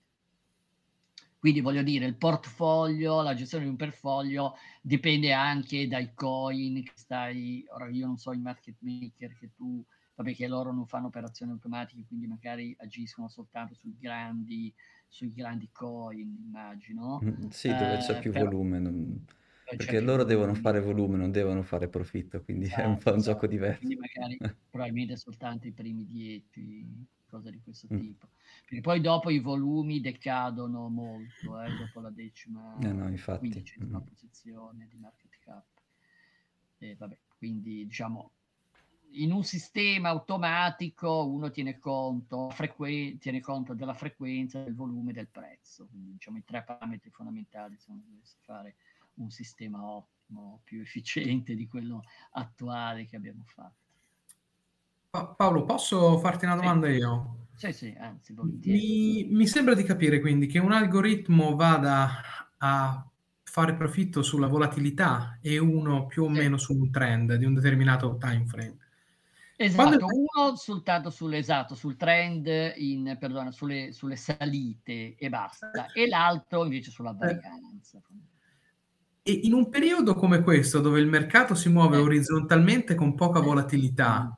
Quindi voglio dire, il portfolio, la gestione di un portfolio dipende anche dai coin che stai, ora io non so i market maker che tu, vabbè che loro non fanno operazioni automatiche, quindi magari agiscono soltanto sui grandi, sui grandi coin, immagino, Mm, sì, dove c'è eh, più però volume, non- c'è perché più loro devono volumi. fare volume, non devono fare profitto, quindi è un po' Esatto, un gioco esatto. diverso. Quindi magari probabilmente soltanto i primi dieci, cose di questo Mm. tipo. Perché poi dopo i volumi decadono molto, eh, dopo la Eh no, decima, infatti. Mm. quindicesima posizione di market cap. E vabbè, quindi diciamo, in un sistema automatico uno tiene conto, frequen- tiene conto della frequenza, del volume, del prezzo. Quindi diciamo i tre parametri fondamentali se uno dovesse fare un sistema ottimo, più efficiente di quello attuale che abbiamo fatto. Pa- Paolo, posso farti una Sì, domanda io? sì, sì, anzi, volentieri. Mi, mi sembra di capire quindi che un algoritmo vada a fare profitto sulla volatilità e uno più o Sì. meno su un trend di un determinato time frame. Quando il Esatto, uno soltanto sull'esatto, sul trend, in, perdona, sulle, sulle salite e basta, e l'altro invece sulla eh, varianza. e in un periodo come questo, dove il mercato si muove Eh, orizzontalmente con poca eh, volatilità,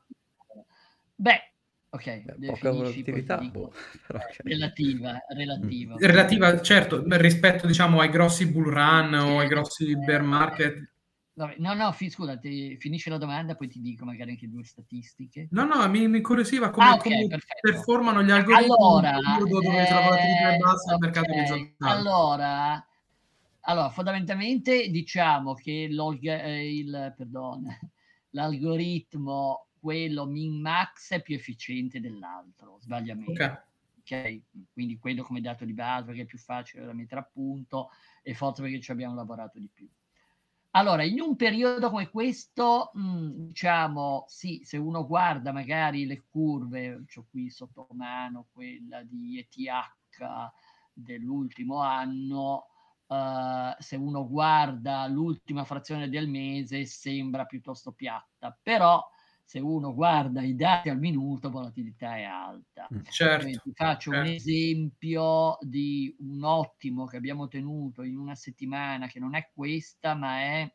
Beh, ok, Beh, poca definisci, poi ti volatilità, dico, boh, però eh, ok. relativa, Mm. relativa, ovviamente. relativa, certo, rispetto diciamo ai grossi bull run Sì, o ai eh, grossi bear market. vabbè, no, no, fi- scusa, ti, finisci la domanda, poi ti dico magari anche due statistiche. No, no, mi, mi incuriosiva Ah, come, ok, come perfetto. performano gli A- algoritmi in un Allora, periodo dove la volatilità è eh, bassa e il mercato è ok, orizzontale. allora, allora, fondamentalmente diciamo che l'olg- eh, il, perdona, l'algoritmo, quello min-max, è più efficiente dell'altro, sbaglia Ok. meno. Ok? Quindi quello come dato di base perché è più facile da mettere a punto e forse perché ci abbiamo lavorato di più. Allora, in un periodo come questo, mh, diciamo, sì, se uno guarda magari le curve, c'ho qui sotto mano quella di E T H dell'ultimo anno, Uh, se uno guarda l'ultima frazione del mese sembra piuttosto piatta, però se uno guarda i dati al minuto, volatilità è alta. Certo, Cioè, ti faccio un certo. esempio di un ottimo che abbiamo tenuto in una settimana, che non è questa, ma è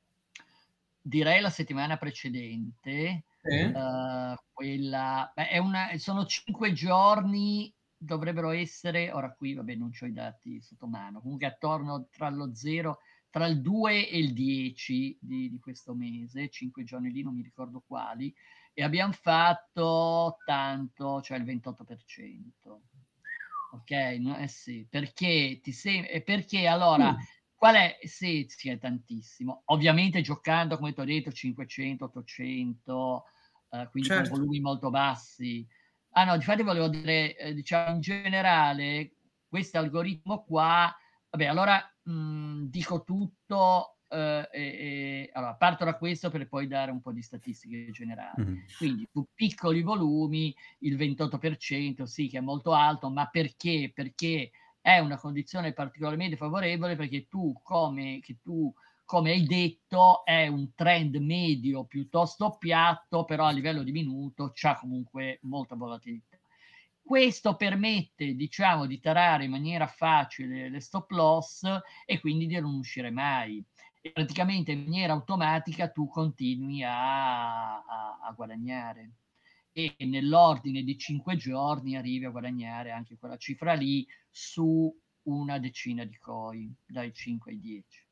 direi la settimana precedente, Sì. uhm, quella beh, è una sono cinque giorni, dovrebbero essere ora qui vabbè non c'ho i dati sotto mano, comunque attorno tra lo zero tra il due e il dieci di di questo mese, cinque giorni lì, non mi ricordo quali, e abbiam fatto tanto, cioè il ventotto per cento. Okay, no eh sì, perché ti sem e perché allora Mh. qual è sì, sì è tantissimo. Ovviamente giocando, come t'ho detto, cinquecento, ottocento, uhm, quindi con Certo. volumi molto bassi. Ah no, difatti volevo dire, ehm, diciamo in generale questo algoritmo qua vabbè allora, mhmm, dico tutto, uhm, e e allora parto da questo per poi dare un po' di statistiche generali. Mh-mh. Quindi su piccoli volumi il ventotto per cento sì che è molto alto, ma perché? Perché è una condizione particolarmente favorevole perché tu come che tu come hai detto è un trend medio piuttosto piatto, però a livello di minuto c'ha comunque molta volatilità. Questo permette, diciamo, di tarare in maniera facile le stop loss e quindi di non uscire mai. E praticamente in maniera automatica tu continui a a a guadagnare. E nell'ordine di cinque giorni arrivi a guadagnare anche quella cifra lì su una decina di coin, dai cinque ai dieci.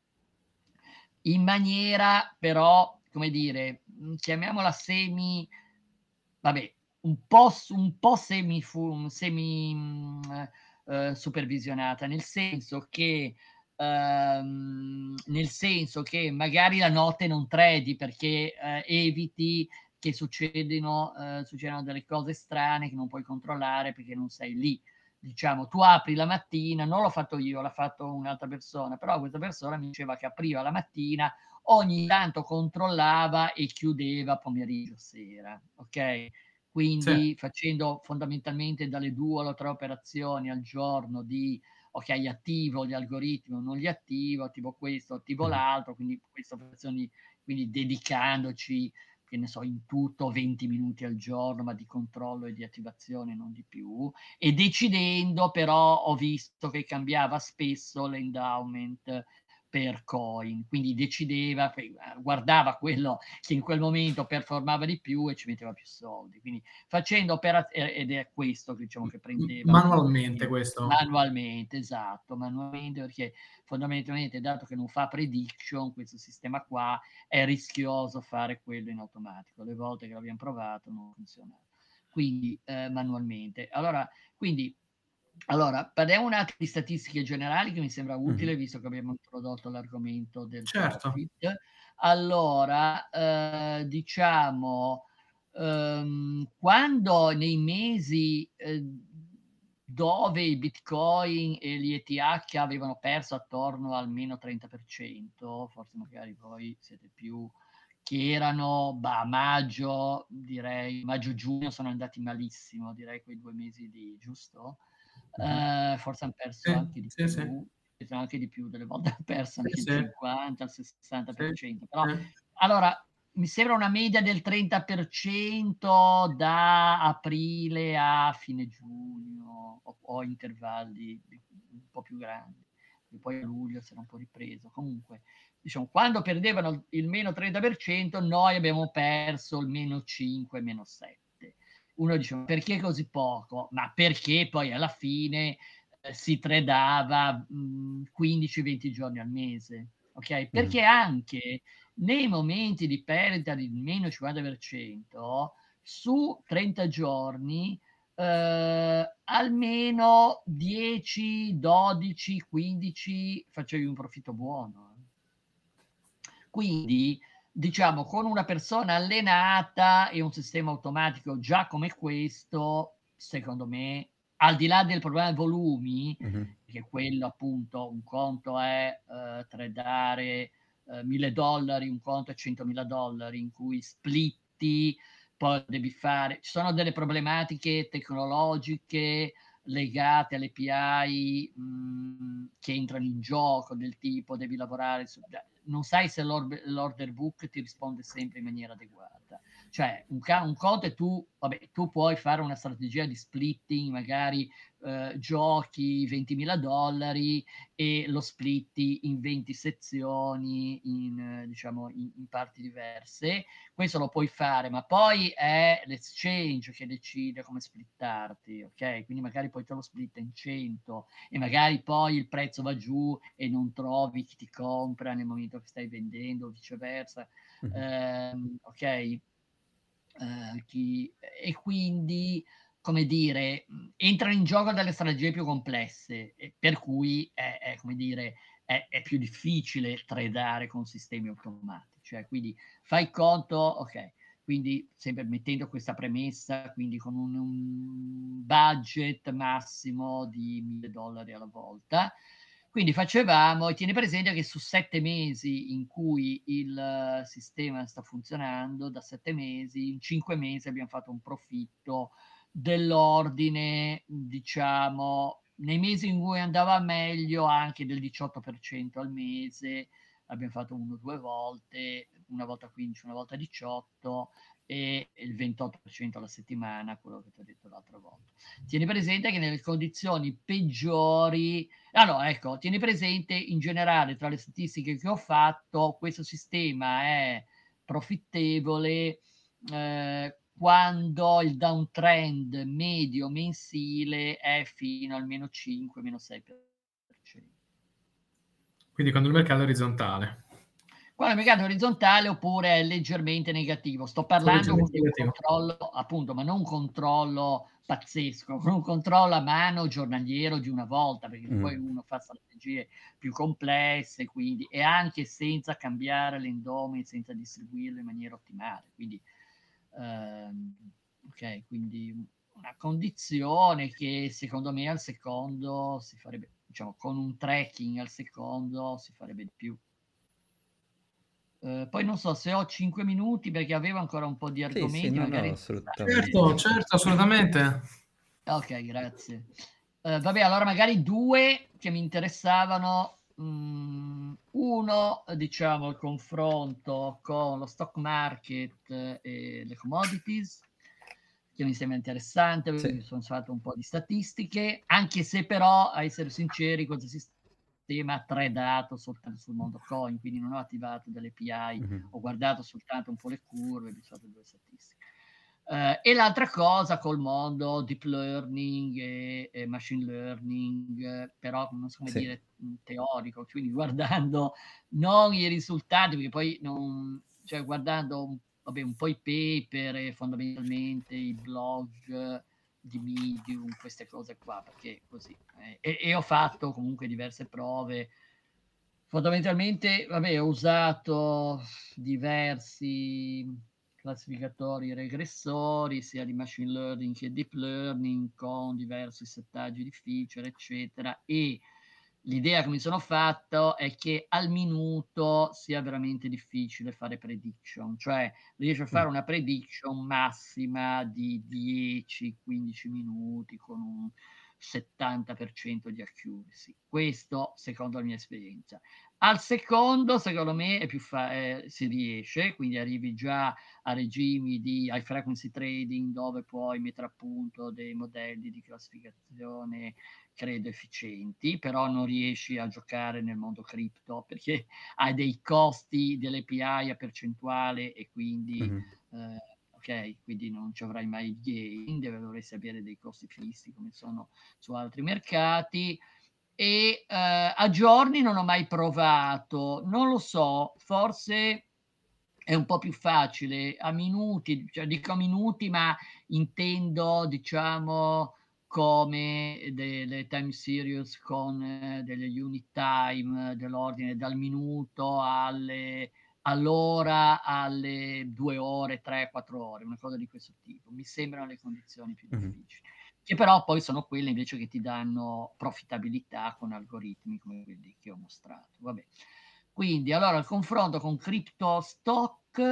In maniera però, come dire, mhmm, chiamiamola semi vabbè, un po' s un po' semi fu semi, mhmm, ehm, supervisionata, nel senso che ehm, nel senso che magari la notte non tradi perché, ehm, eviti che succedino ehm, succedano delle cose strane che non puoi controllare perché non sei lì. Diciamo, tu apri la mattina, non l'ho fatto io, l'ha fatto un'altra persona, però questa persona mi diceva che apriva la mattina, ogni tanto controllava e chiudeva pomeriggio, sera, okay? Sì. Quindi facendo fondamentalmente dalle due alle tre operazioni al giorno di: okay, attivo gli algoritmi o non li attivo, attivo questo, attivo Mh-mh. l'altro, quindi queste operazioni quindi dedicandoci, che ne so, in tutto venti minuti al giorno, ma di controllo e di attivazione, non di più, e decidendo però ho visto che cambiava spesso l'endowment per coin, quindi decideva pe ehm, guardava quello che in quel momento performava di più e ci metteva più soldi. Quindi facendo operaz e ed è questo che diciamo M che m prendeva il manualmente venti questo. manualmente, esatto, manualmente perché fondamentalmente dato che non fa prediction questo sistema qua, è rischioso fare quello in automatico. Le volte che l'abbiam provato non funziona. Quindi, ehm, manualmente. Allora quindi allora parliamo un attimo di statistiche generali che mi sembra Mh-mh. utile, visto che abbiamo introdotto l'argomento del Certo. profit. Allora, ehm, diciamo, ehm, quando nei mesi, ehm, dove i bitcoin e gli E T H avevano perso attorno al meno trenta per cento, forse magari voi siete più che erano, bah, maggio direi maggio-giugno sono andati malissimo, direi quei due mesi lì, giusto? Mh-mh. Ehm, forse han perso Sì, anche di sì, sì. più, anche di più, delle volte han perso Sì, anche il sì. cinquanta, il sessanta Sì, per cento, però sì. allora mi sembra una media del trenta per cento da aprile a fine giugno o o intervalli di un po' più grandi. E poi a luglio s'era un po' ripreso. Comunque, diciamo, quando perdevano il meno trenta per cento noi abbiamo perso il meno cinque, meno sette. Uno dice: "Ma perché così poco?" Ma perché poi alla fine, ehm, si tradava, mhmm, quindici, venti giorni al mese, okay? Mh-mh. Perché anche nei momenti di perdita di meno cinquanta per cento su trenta giorni, ehm, almeno dieci, dodici, quindici facevi un profitto buono, eh. Quindi, diciamo, con una persona allenata e un sistema automatico già come questo, secondo me, al di là del problema volumi, Mh-mh. che quello appunto un conto è, ehm, tradare, ehm, mille dollari, un conto è centomila dollari in cui splitti, poi devi fare ci sono delle problematiche tecnologiche legate all'A P I, mhmm, che entrano in gioco, del tipo devi lavorare su da non sai se l'or- l'order book ti risponde sempre in maniera adeguata. Cioè, un, ca- un conto è tu, vabbè, tu puoi fare una strategia di splitting, magari eh, giochi ventimila dollari e lo splitti in venti sezioni, in, eh, diciamo, in, in parti diverse. Questo lo puoi fare, ma poi è l'exchange che decide come splittarti, ok? Quindi magari poi te lo splitta in cento e magari poi il prezzo va giù e non trovi chi ti compra nel momento che stai vendendo, o viceversa. Mhm. Ehm, ok? Eh, chi- e quindi, come dire, mh, entrano in gioco delle strategie più complesse, e per cui è, è, come dire, è, è più difficile tradare con sistemi automatici. Cioè, quindi fai conto, ok, quindi sempre mettendo questa premessa, quindi con un, un budget massimo di mille dollari alla volta. Quindi facevamo, e tieni presente che su sette mesi in cui il eh, sistema sta funzionando, da sette mesi, in cinque mesi abbiamo fatto un profitto dell'ordine, diciamo, nei mesi in cui andava meglio anche del diciotto per cento al mese, abbiamo fatto uno o due volte, una volta quindici, una volta diciotto e il ventotto per cento alla settimana, quello che ti ho detto l'altra volta. Tieni presente che nelle condizioni peggiori, allora ecco, tieni presente in generale tra le statistiche che ho fatto, questo sistema è profittevole eh, quando il downtrend medio mensile è fino al meno cinque, meno sei per cento. Quindi quando il mercato è orizzontale. Quando il mercato è orizzontale oppure è leggermente negativo. Sto parlando Leggermente di un negativo. controllo, appunto, ma non un controllo pazzesco, un controllo a mano giornaliero di una volta, perché Mm. poi uno fa strategie più complesse, quindi, e anche senza cambiare l'endome, senza distribuirlo in maniera ottimale. Quindi, ehm, ok, quindi una condizione che secondo me al secondo si farebbe, diciamo, con un tracking al secondo si farebbe di più. Uh, poi non so se ho cinque minuti perché avevo ancora un po' di Sì, sì, argomenti, no, magari no, interessanti. Certo, assolutamente. certo, assolutamente. Ok, grazie. Uh, vabbè, allora magari due che mi interessavano. Mm, uno, diciamo, il confronto con lo stock market e le commodities, che mi sembra interessante, Sì. mi sono fatto un po' di statistiche, anche se però, a essere sinceri, questo sistema ha tradato soltanto sul mondo coin, quindi non ho attivato delle A P I, Mm-hmm. ho guardato soltanto un po' le curve, mi sono fatto due statistiche. Uh, e l'altra cosa col mondo deep learning e, e machine learning, eh, però non so come Sì. dire teorico, quindi guardando non i risultati, perché poi non, cioè guardando un, vabbè, un po' i paper e fondamentalmente i blog di Medium, queste cose qua, perché così. Eh, e, e ho fatto comunque diverse prove. Fondamentalmente, vabbè, ho usato diversi classificatori regressori, sia di machine learning che deep learning, con diversi settaggi di feature, eccetera. E l'idea che mi sono fatto è che al minuto sia veramente difficile fare prediction, cioè riesci a fare una prediction massima di dieci quindici minuti con un settanta per cento di accuracy. Questo secondo la mia esperienza. Al secondo, secondo me, è più fa- eh, si riesce, quindi arrivi già a regimi di high frequency trading dove puoi mettere a punto dei modelli di classificazione, credo, efficienti, però non riesci a giocare nel mondo cripto perché hai dei costi delle A P I a percentuale e quindi... Mm-hmm. Eh, ok, quindi non ci avrai mai il gain, dovresti avere dei costi fissi come sono su altri mercati. E eh, a giorni non ho mai provato, non lo so, forse è un po' più facile a minuti, cioè dico a minuti, ma intendo, diciamo, come delle time series con eh, delle unit time dell'ordine dal minuto alle, all'ora, alle due ore, tre, quattro ore, una cosa di questo tipo. Mi sembrano le condizioni più Mm-hmm. difficili, che però poi sono quelle invece che ti danno profittabilità con algoritmi come quelli che ho mostrato. Vabbè. Quindi, allora, il confronto con CryptoStock,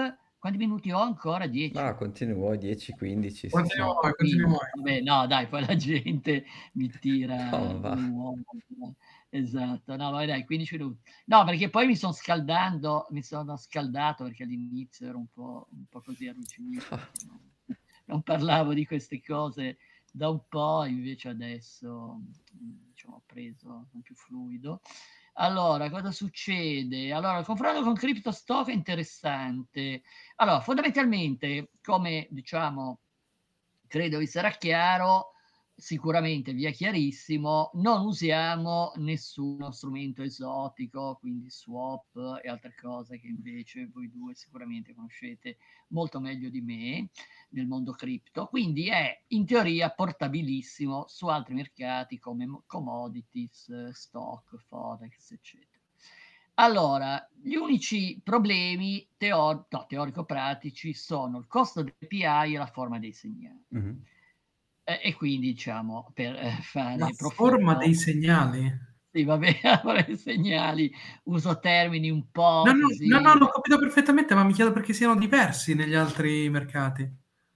Quanti minuti ho ancora? dieci? Ma continua, dieci, quindici, sì, sì. Continuiamo No, voi, quindici. continuiamo voi. Vabbè, no, dai, poi la gente mi No, tira ma le va. uova. Esatto, no, vabbè, dai, quindici minuti. No, perché poi mi sono scaldando, mi sono scaldato perché all'inizio ero un po', un po' così arrugginito, perché non, non parlavo di queste cose da un po', invece adesso diciamo, ho preso un più fluido. Allora, cosa succede? Allora, il confronto con CryptoStock è interessante. Allora, fondamentalmente, come diciamo, credo vi sarà chiaro, sicuramente vi è chiarissimo, non usiamo nessuno strumento esotico, quindi swap e altre cose che invece voi due sicuramente conoscete molto meglio di me nel mondo cripto, quindi è in teoria portabilissimo su altri mercati come commodities, stock, forex, eccetera. Allora, gli unici problemi teo- no, teorico-pratici sono il costo dell'A P I e la forma dei segnali. Mhm. E, e quindi, diciamo, per eh, La fare forma profitto, dei segnali? sì, vabbè, allora, i segnali, uso termini un No, po' no, no, no, così. l'ho capito perfettamente, ma mi chiedo perché siano diversi negli altri mercati.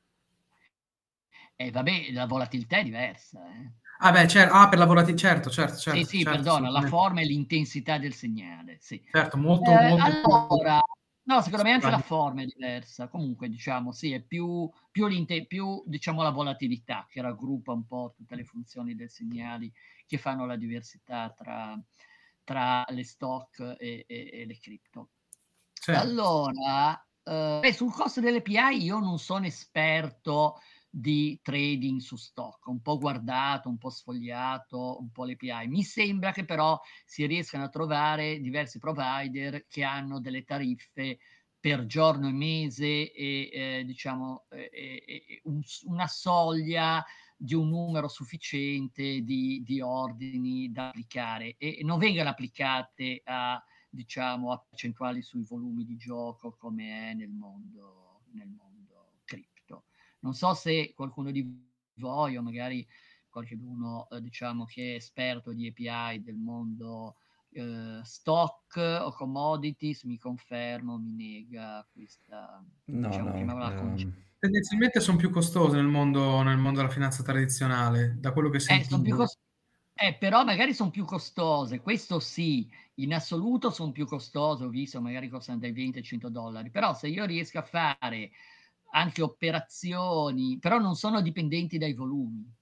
E vabbè, la volatilità è diversa. Eh. Ah, beh, cer- ah, per lavorati, certo, certo, Sì, certo, sì, certo, perdona, la assolutamente. forma e l'intensità del segnale, sì. Certo, molto, Eh, molto più allora, no, secondo me anche la sporadico. forma è diversa. Comunque, diciamo, sì, è più, più, l'inte- più, diciamo, la volatilità che raggruppa un po' tutte le funzioni dei segnali che fanno la diversità tra, tra le stock e, e- e le cripto. Sì. Allora, eh, beh, sul costo delle A P I io non sono esperto di trading su stock, ho un po' guardato, un po' sfogliato, un po' le A P I. Mi sembra che però si riescano a trovare diversi provider che hanno delle tariffe per giorno e mese e eh, diciamo eh, eh, un- una soglia di un numero sufficiente di, di ordini da applicare e, e non vengano applicate a diciamo a percentuali sui volumi di gioco come è nel mondo, nel mondo cripto. Non so se qualcuno di voi o magari qualcuno eh, diciamo che è esperto di A P I del mondo eh, stock o commodities mi conferma o mi nega questa, No, diciamo, no. chiamiamola ehm, congettura. Tendenzialmente sono più costose nel mondo, nel mondo della finanza tradizionale, da quello che Eh, son più sentivo. cos eh, però magari son più costose, questo sì, in assoluto son più costose, ho visto magari costano dai venti ai cento dollari, però se io riesco a fare anche operazioni però non sono dipendenti dai volumi,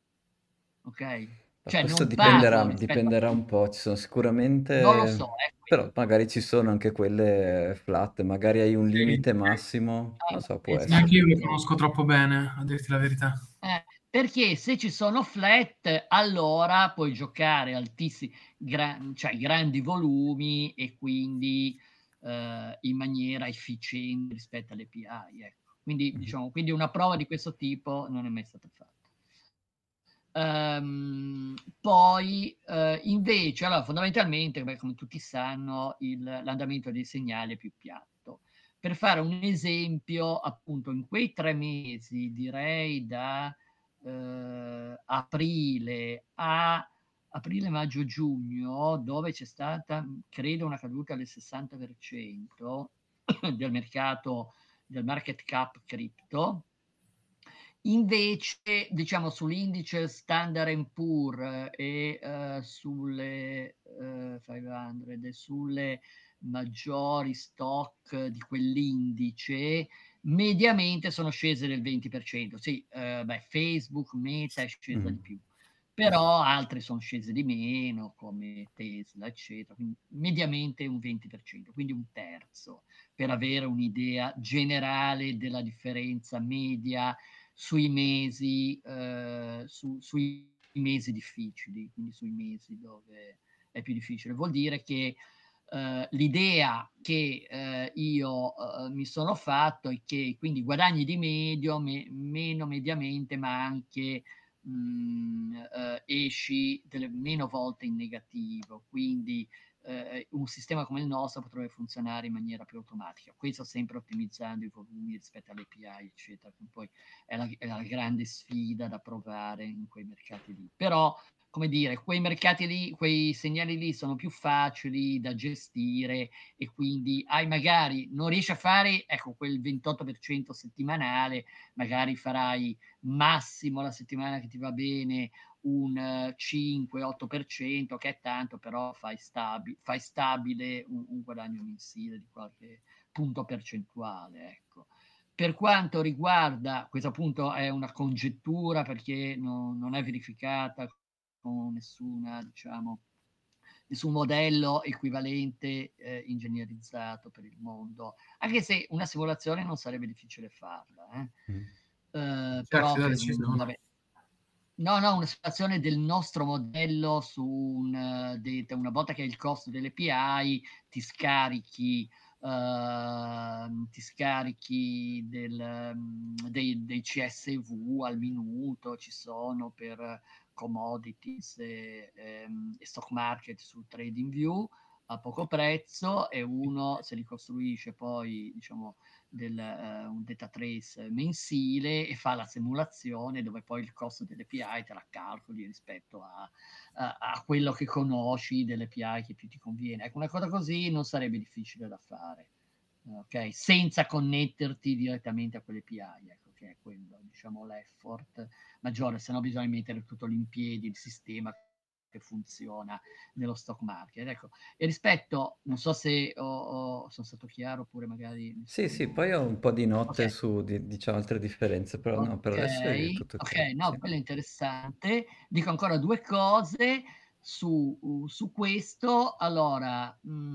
okay? Ma Cioè questo non pago dipenderà, rispetto a dipenderà un prima. po', ci sono Non lo so, sicuramente, è però quello. magari ci sono anche quelle flat, magari hai un Sì, limite sì. massimo, non Ah, so, può Neanche essere. io esatto, le esa conosco troppo bene, a dirti la verità. Eh, perché se ci sono flat, allora puoi giocare altissi gran cioè grandi volumi e quindi, ehm, in maniera efficiente rispetto alle A P I, ecco. Quindi Mhm. diciamo quindi una prova di questo tipo non è mai stata fatta. Ehm, poi, ehm, invece allora fondamentalmente, beh, come tutti sanno, il l'andamento dei segnali è più piatto. Per fare un esempio, appunto, in quei tre mesi, direi da, ehm, aprile a aprile, maggio, giugno, dove c'è stata, mhmm, credo una caduta del sessanta per cento del mercato del market cap cripto, invece, diciamo sull'indice Standard and Poor e eh, sulle eh, cinquecento e sulle maggiori stock di quell'indice, mediamente sono scese del venti per cento. Sì, eh, beh, Facebook, Meta è scesa di Mhm. più, però altre sono scese di meno, come Tesla, eccetera. Quindi mediamente un venti per cento, quindi un terzo, per avere un'idea generale della differenza media sui mesi, eh, su, sui mesi difficili, quindi sui mesi dove è più difficile. Vuol dire che eh, l'idea che eh, io eh, mi sono fatto è che quindi guadagni di medio, me, meno mediamente, ma anche mh, eh, esci delle meno volte in negativo. Quindi eh, un sistema come il nostro potrebbe funzionare in maniera più automatica. Questo sempre ottimizzando i volumi rispetto alle A P I, eccetera, che poi è la, è la grande sfida da provare in quei mercati lì. Però come dire, quei mercati lì, quei segnali lì sono più facili da gestire e quindi hai magari non riesci a fare, ecco, quel ventotto per cento settimanale, magari farai massimo la settimana che ti va bene un cinque otto per cento, che è tanto, però fai, stabi- fai stabile un, un guadagno mensile di qualche punto percentuale, ecco. Per quanto riguarda, questo appunto è una congettura perché no, non è verificata con nessuna, diciamo, nessun modello equivalente eh, ingegnerizzato per il mondo, anche se una simulazione non sarebbe difficile farla. Eh. Mm. Eh, Certo, però da per, decisione. vabbè, no, no, una situazione del nostro modello su un, uh, de, una volta che hai il costo delle A P I, ti scarichi, uh, ti scarichi del, um, dei, dei C S V al minuto, ci sono per commodities e, um, e stock market su TradingView a poco prezzo, e uno se li costruisce poi, diciamo, del, uh, un data trace mensile e fa la simulazione dove poi il costo delle A P I te la calcoli rispetto a, a, a quello che conosci delle A P I che più ti conviene. Ecco, una cosa così non sarebbe difficile da fare, ok? Senza connetterti direttamente a quelle A P I, ecco, che è quello, diciamo, l'effort maggiore, se no bisogna mettere tutto l'impiedi, il sistema che funziona nello stock market. Ecco, e rispetto, non so se ho, ho, sono stato chiaro oppure magari mi Sì, sì, sono... poi ho un po' di note Ok, su, di- diciamo, altre differenze, però no, per ok, adesso è tutto ok, ok. no, Sì. quello è interessante. Dico ancora due cose su, su questo. Allora,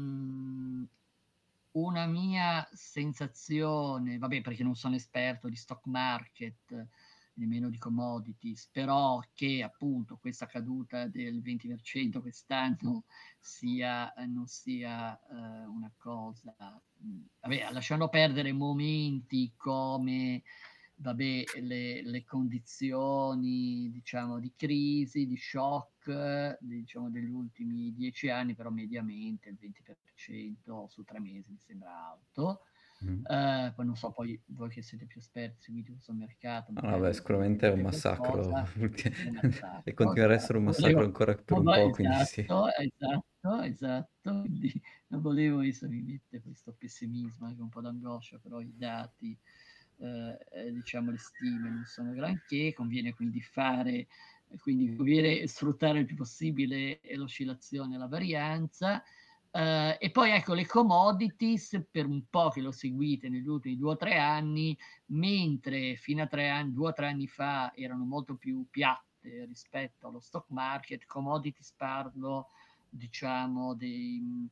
mh, una mia sensazione, vabbè, perché non sono esperto di stock market, nemmeno di commodities, però che appunto questa caduta del venti per cento quest'anno sia, non sia eh, una cosa, mh, vabbè, lasciando perdere momenti come vabbè, le, le condizioni, diciamo, di crisi, di shock, diciamo, degli ultimi dieci anni, però mediamente il venti per cento su tre mesi mi sembra alto. Mm. Eh, poi non so, poi voi che siete più esperti, seguite questo mercato, No, vabbè, magari ne sicuramente è un direte massacro qualcosa. È un e massacro, continuerà a essere un esatto. massacro Volevo, ancora per un no, po', quindi sì. esatto, esatto, esatto. Quindi non volevo, adesso mi mette questo pessimismo, anche un po' d'angoscia, però i dati, eh, eh, diciamo, le stime non sono granché, conviene quindi fare, quindi conviene sfruttare il più possibile l'oscillazione e la varianza. Uh, e poi ecco le commodities, per un po' che lo seguite negli ultimi due o tre anni, mentre fino a tre anni, due o tre anni fa erano molto più piatte rispetto allo stock market, commodities parlo, diciamo, dei,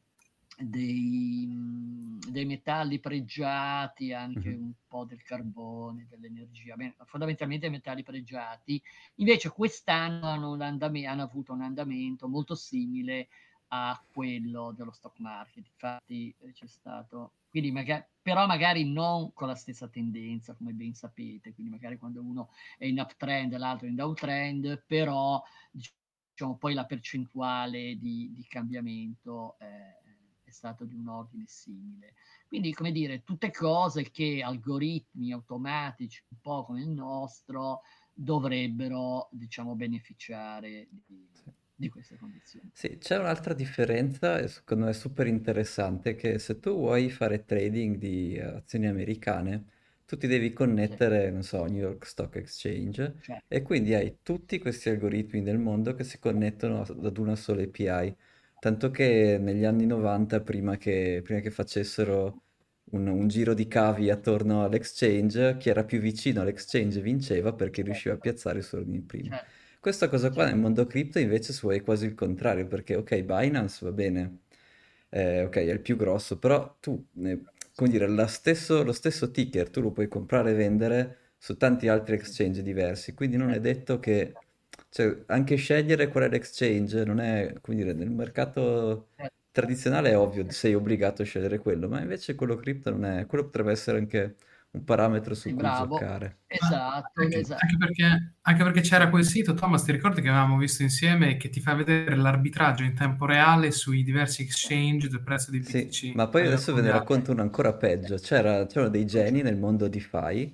dei, dei metalli pregiati, anche Mhm. un po' del carbone, dell'energia, beh, fondamentalmente i metalli pregiati, invece quest'anno hanno, hanno avuto un andamento molto simile a quello dello stock market. Infatti eh, c'è stato, quindi magari, però magari non con la stessa tendenza, come ben sapete, quindi magari quando uno è in uptrend e l'altro in downtrend, però diciamo poi la percentuale di, di cambiamento eh, è stato di un ordine simile. Quindi, come dire, tutte cose che algoritmi automatici, un po' come il nostro, dovrebbero, diciamo, beneficiare di, Sì. di queste condizioni. Sì, c'è un'altra differenza, e secondo me super interessante, che se tu vuoi fare trading di eh, azioni americane, tu ti devi Sì, connettere, non so, New York Stock Exchange, certo, e quindi hai tutti questi algoritmi del mondo che si connettono ad una sola A P I. Tanto che negli anni novanta, prima che, prima che facessero un, un giro di cavi attorno all'exchange, chi era più vicino all'exchange vinceva perché riusciva a certo, piazzare i suoi ordini prima. certo, Questa cosa qua nel certo. mondo cripto invece su è quasi il contrario, perché ok, Binance va bene, eh, ok, è il più grosso, però tu, eh, come dire, la stesso- lo stesso ticker tu lo puoi comprare e vendere su tanti altri Sì, exchange diversi, quindi non è certo, detto che, cioè, anche scegliere qual è l'exchange non è, come dire, nel mercato certo. tradizionale è ovvio, sei obbligato a scegliere quello, ma invece quello cripto non è, quello potrebbe essere anche un parametro su Sì, cui bravo. giocare. Ma Esatto, anche, esatto. anche perché, anche perché c'era quel sito, Thomas, ti ricordi che avevamo visto insieme che ti fa vedere l'arbitraggio in tempo reale sui diversi exchange del prezzo di Sì, B T C ma a poi livello adesso ve ne mondiale? racconto uno ancora peggio. C'era, c'erano dei geni nel mondo DeFi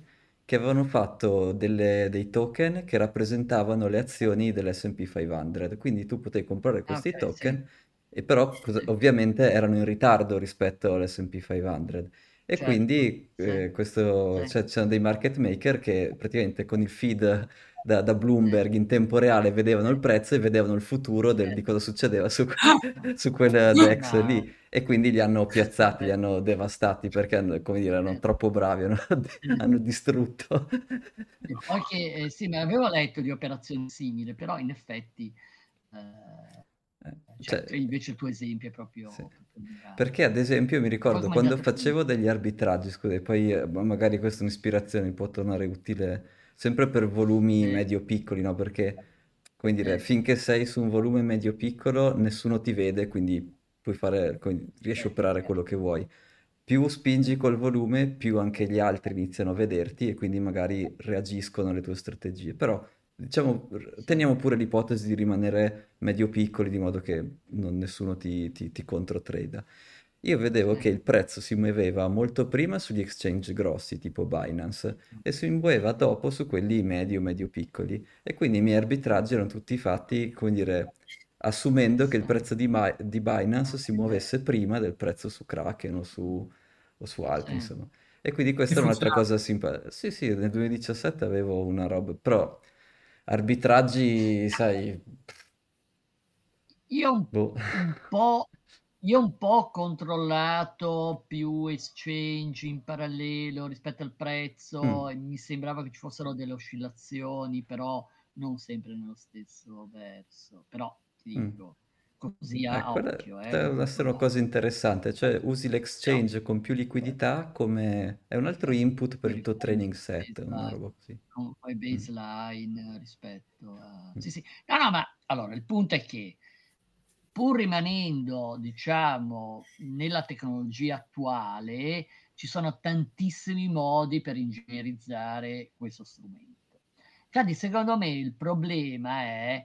che avevano fatto delle- dei token che rappresentavano le azioni dell'esse and pi cinquecento. Quindi tu potevi comprare Ah, questi ok, sì. token e però cosa- Sì, ovviamente erano in ritardo rispetto all'esse and pi cinquecento. E certo. quindi Sì, eh, questo, sì. cioè, c'erano dei market maker che praticamente con il feed da, da Bloomberg in tempo reale vedevano il prezzo e vedevano il futuro del- di Certo. cosa succedeva su, su quel DEX Ma lì e quindi li hanno piazzati, li vabbè. hanno devastati perché hanno- come dire, erano Eh, troppo bravi, hanno, eh. hanno distrutto. E poi che, eh, sì, ma avevo letto di operazioni simili, però in effetti, eh, Eh, cioè, cioè, invece il tuo esempio è sì. proprio, proprio mirato. Perché ad esempio mi E poi ricordo come è quando andata a facevo finire? degli arbitraggi, scusa, e poi eh, ma magari questa è un'ispirazione, mi può tornare utile sempre per volumi Sì, medio-piccoli, no? Perché, come dire, sì, finché sei su un volume medio-piccolo nessuno ti vede, quindi puoi fare, come- riesci a sì, operare quello certo. che vuoi. Più spingi Sì, col volume, più anche gli altri iniziano a vederti e quindi magari reagiscono alle tue strategie. Però, diciamo, r- sì, teniamo pure l'ipotesi di rimanere medio-piccoli, di modo che non- nessuno ti, ti, ti controtrada. Io vedevo che sì. il prezzo si muoveva molto prima sugli exchange grossi, tipo Binance, e si muoveva dopo su quelli medio-medio-piccoli. E quindi i miei arbitraggi erano tutti fatti, come dire, assumendo che il Sì. prezzo di, Ma- di Binance si Ok, muovesse prima del prezzo su Kraken o su, o su altri, sì. insomma. E quindi E questa è un'altra funzionava. cosa simpatica. Sì, sì, nel duemiladiciassette avevo una roba, però arbitraggi, sai, Io un, boh. un po', io un po' ho controllato più exchange in parallelo rispetto al prezzo Mm, e mi sembrava che ci fossero delle oscillazioni, però non sempre nello stesso verso. Però ti mm. dico, così Eh, a quella occhio, eh, l'ho deve essere una controllato. cosa interessante, cioè usi Però, l'exchange con più liquidità come... è un altro input per il poi tuo fai training set, una baseline, roba così. con- fai Mm, baseline rispetto a... mm, Sì, sì. No, no, ma allora il punto è che pur rimanendo, diciamo, nella tecnologia attuale, ci sono tantissimi modi per ingegnerizzare questo strumento. Infatti, secondo me il problema è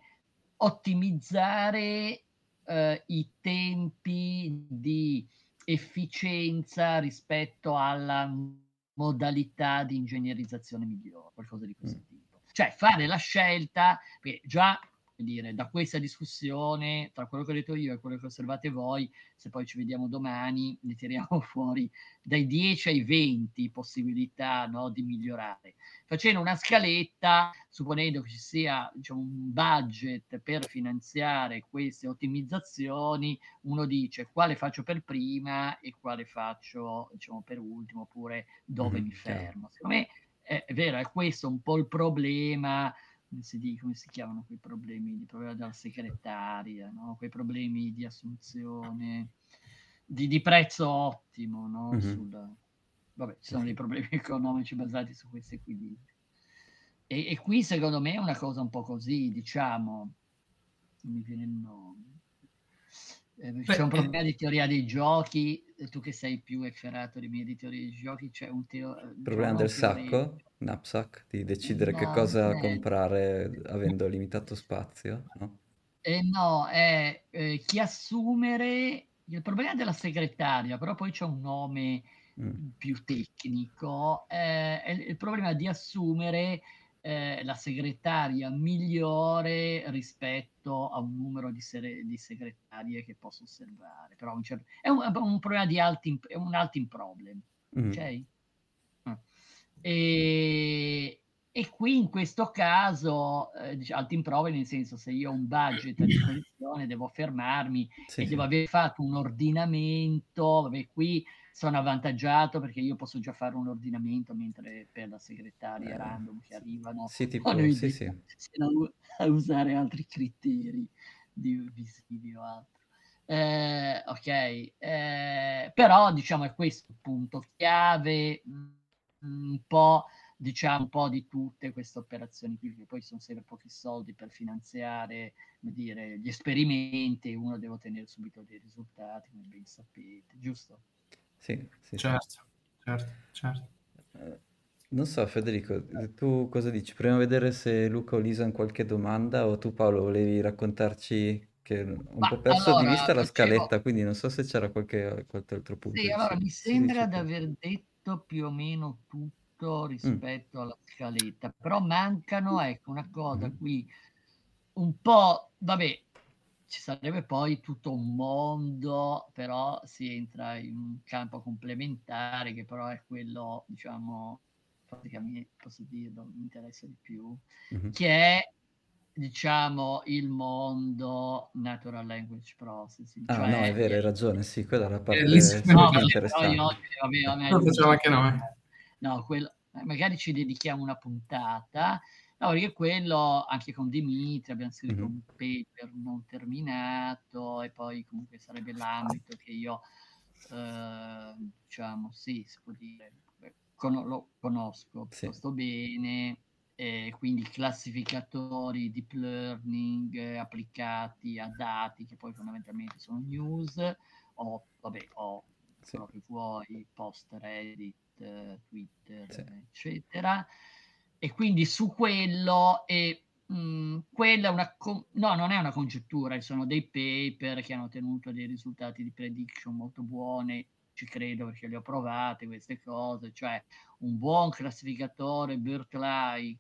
ottimizzare eh, i tempi di efficienza rispetto alla modalità di ingegnerizzazione migliore, qualcosa di mm. questo tipo. Cioè fare la scelta, perché già dire, da questa discussione, tra quello che ho detto io e quello che osservate voi, se poi ci vediamo domani, ne tiriamo fuori dai dieci ai venti possibilità, no, di migliorare. Facendo una scaletta, supponendo che ci sia, diciamo, un budget per finanziare queste ottimizzazioni, uno dice quale faccio per prima e quale faccio, diciamo, per ultimo, oppure dove mi Mhm, chiaro. fermo. Secondo me è, è vero, è questo un po' il problema, come si, dice, come si chiamano quei problemi, di problema della segretaria, no? Quei problemi di assunzione, di, di prezzo ottimo, no? Mhm, Sul, vabbè, ci sì, sono dei sì. problemi economici basati su questi equilibri. E, e qui secondo me è una cosa un po' così, diciamo, non mi viene il nome. Eh, c'è un Beh, eh, problema di teoria dei giochi, e tu che sei più efferato di me di teoria dei giochi, c'è un teo- diciamo Problema non del teoretico. sacco, knapsack, di Eh, decidere che no, non cosa è. comprare avendo limitato spazio, no? Eh, no, è eh, chi assumere, il problema della segretaria, però poi c'è un nome Mm, più tecnico, eh, è il problema di assumere eh, la segretaria migliore rispetto a un numero di, sere- di segretarie che posso osservare. Però un certo- è, un, è un problema di alti, è un alting problem, mm, ok? Ah. E, e qui in questo caso, eh, diciamo, alti in prova, nel senso se io ho un budget a disposizione devo fermarmi sì, e devo sì. aver fatto un ordinamento, vabbè, qui sono avvantaggiato perché io posso già fare un ordinamento mentre per la segretaria Eh, random che sì, arrivano sì, non ho tipo, sì, idea sì. se non a usare altri criteri di visivi o altro. Eh, ok, eh, però diciamo è questo il punto chiave, mh, un po', diciamo, un po' di tutte queste operazioni qui, che poi sono sempre pochi soldi per finanziare, come dire, gli esperimenti e uno deve ottenere subito dei risultati, come ben sapete, giusto? Sì, sì, sì. certo, certo, certo. Eh, non so, Federico, tu cosa dici? Proviamo a vedere se Luca o Lisa hanno qualche domanda o tu Paolo volevi raccontarci che ho un Ma po' perso di allora, vista la facevo, scaletta, quindi non so se c'era qualche, qualche altro punto. sì, Sì, allora mi sì, sì, sembra dici di pure. aver detto più o meno tutto. molto Mm. rispetto alla scaletta, però mancano, ecco, una cosa Mhm. qui un po', vabbè, ci sarebbe poi tutto un mondo, però si entra in un campo complementare che però è quello, diciamo, praticamente, posso dirlo, mi interessa di più, Mhm. che è, diciamo, il mondo natural language processing, Ah, no, è cioè gli vero, hai ragione, sì, quella è la parte Bellissimo. no, super vabbè, però io, interessante. vabbè, Sì. vabbè, Lo facciamo anche noi. no, quello, magari ci dedichiamo una puntata, no, perché quello, anche con Dimitri, abbiamo scritto Mhm. un paper non terminato e poi comunque sarebbe l'ambito che io, eh, diciamo, sì, si può dire, con- lo conosco Sì, piuttosto bene, e quindi classificatori deep learning eh, applicati a dati che poi fondamentalmente sono news o, vabbè, o sì, quello che vuoi, post Reddit, eh, Twitter, sì. eh, eccetera. E quindi su quello, e, mh, quella è una, con- no, non è una congettura, ci sono dei paper che hanno ottenuto dei risultati di prediction molto buoni, ci credo perché le ho provate queste cose, cioè un buon classificatore BERT-like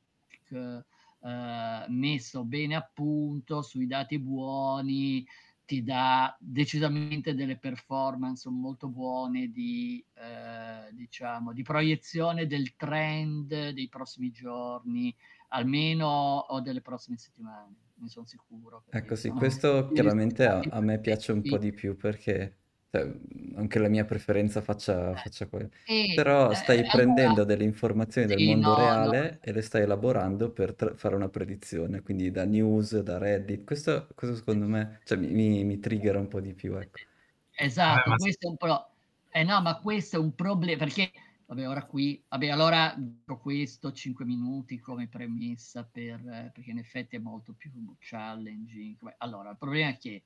eh, messo bene a punto sui dati buoni ti dà decisamente delle performance molto buone di, eh, diciamo, di proiezione del trend dei prossimi giorni, almeno o delle prossime settimane, ne sono sicuro, Ecco, perché sì, sono questo i chiaramente a, risultati a me piace un po' perfetti. di più perché cioè, anche la mia preferenza faccia, faccia quello. E Però eh, stai allora, prendendo delle informazioni del sì, mondo no, no, reale e le stai elaborando per tra- fare una predizione, quindi da news, da Reddit. Questo, questo secondo me, cioè, mi, mi, mi triggera un po' di più, ecco. Vabbè, esatto, ma questo è un pro- eh no, ma questo è un problema perché, vabbè, ora qui, vabbè, allora dico questo cinque minuti come premessa per, eh, perché in effetti è molto più challenging. Beh, allora, il problema è che,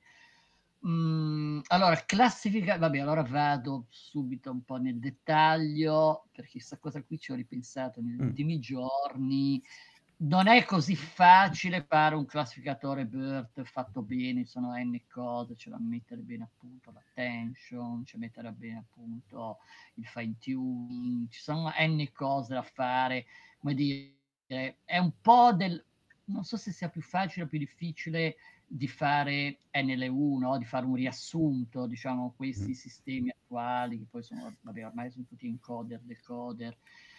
mm, allora, classifica, vabbè, allora vado subito un po' nel dettaglio, perché questa cosa qui ci ho ripensato negli Mm, ultimi giorni. Non è così facile fare un classificatore BERT fatto bene, sono n cose, c'è da mettere bene appunto l'attention, c'è da mettere bene appunto il fine tuning, ci sono n cose da fare, come dire, è un po' del, non so se sia più facile o più difficile di fare N L U, no? Di fare un riassunto, diciamo, mm. questi sistemi attuali, che poi sono, vabbè, ormai sono tutti encoder, decoder,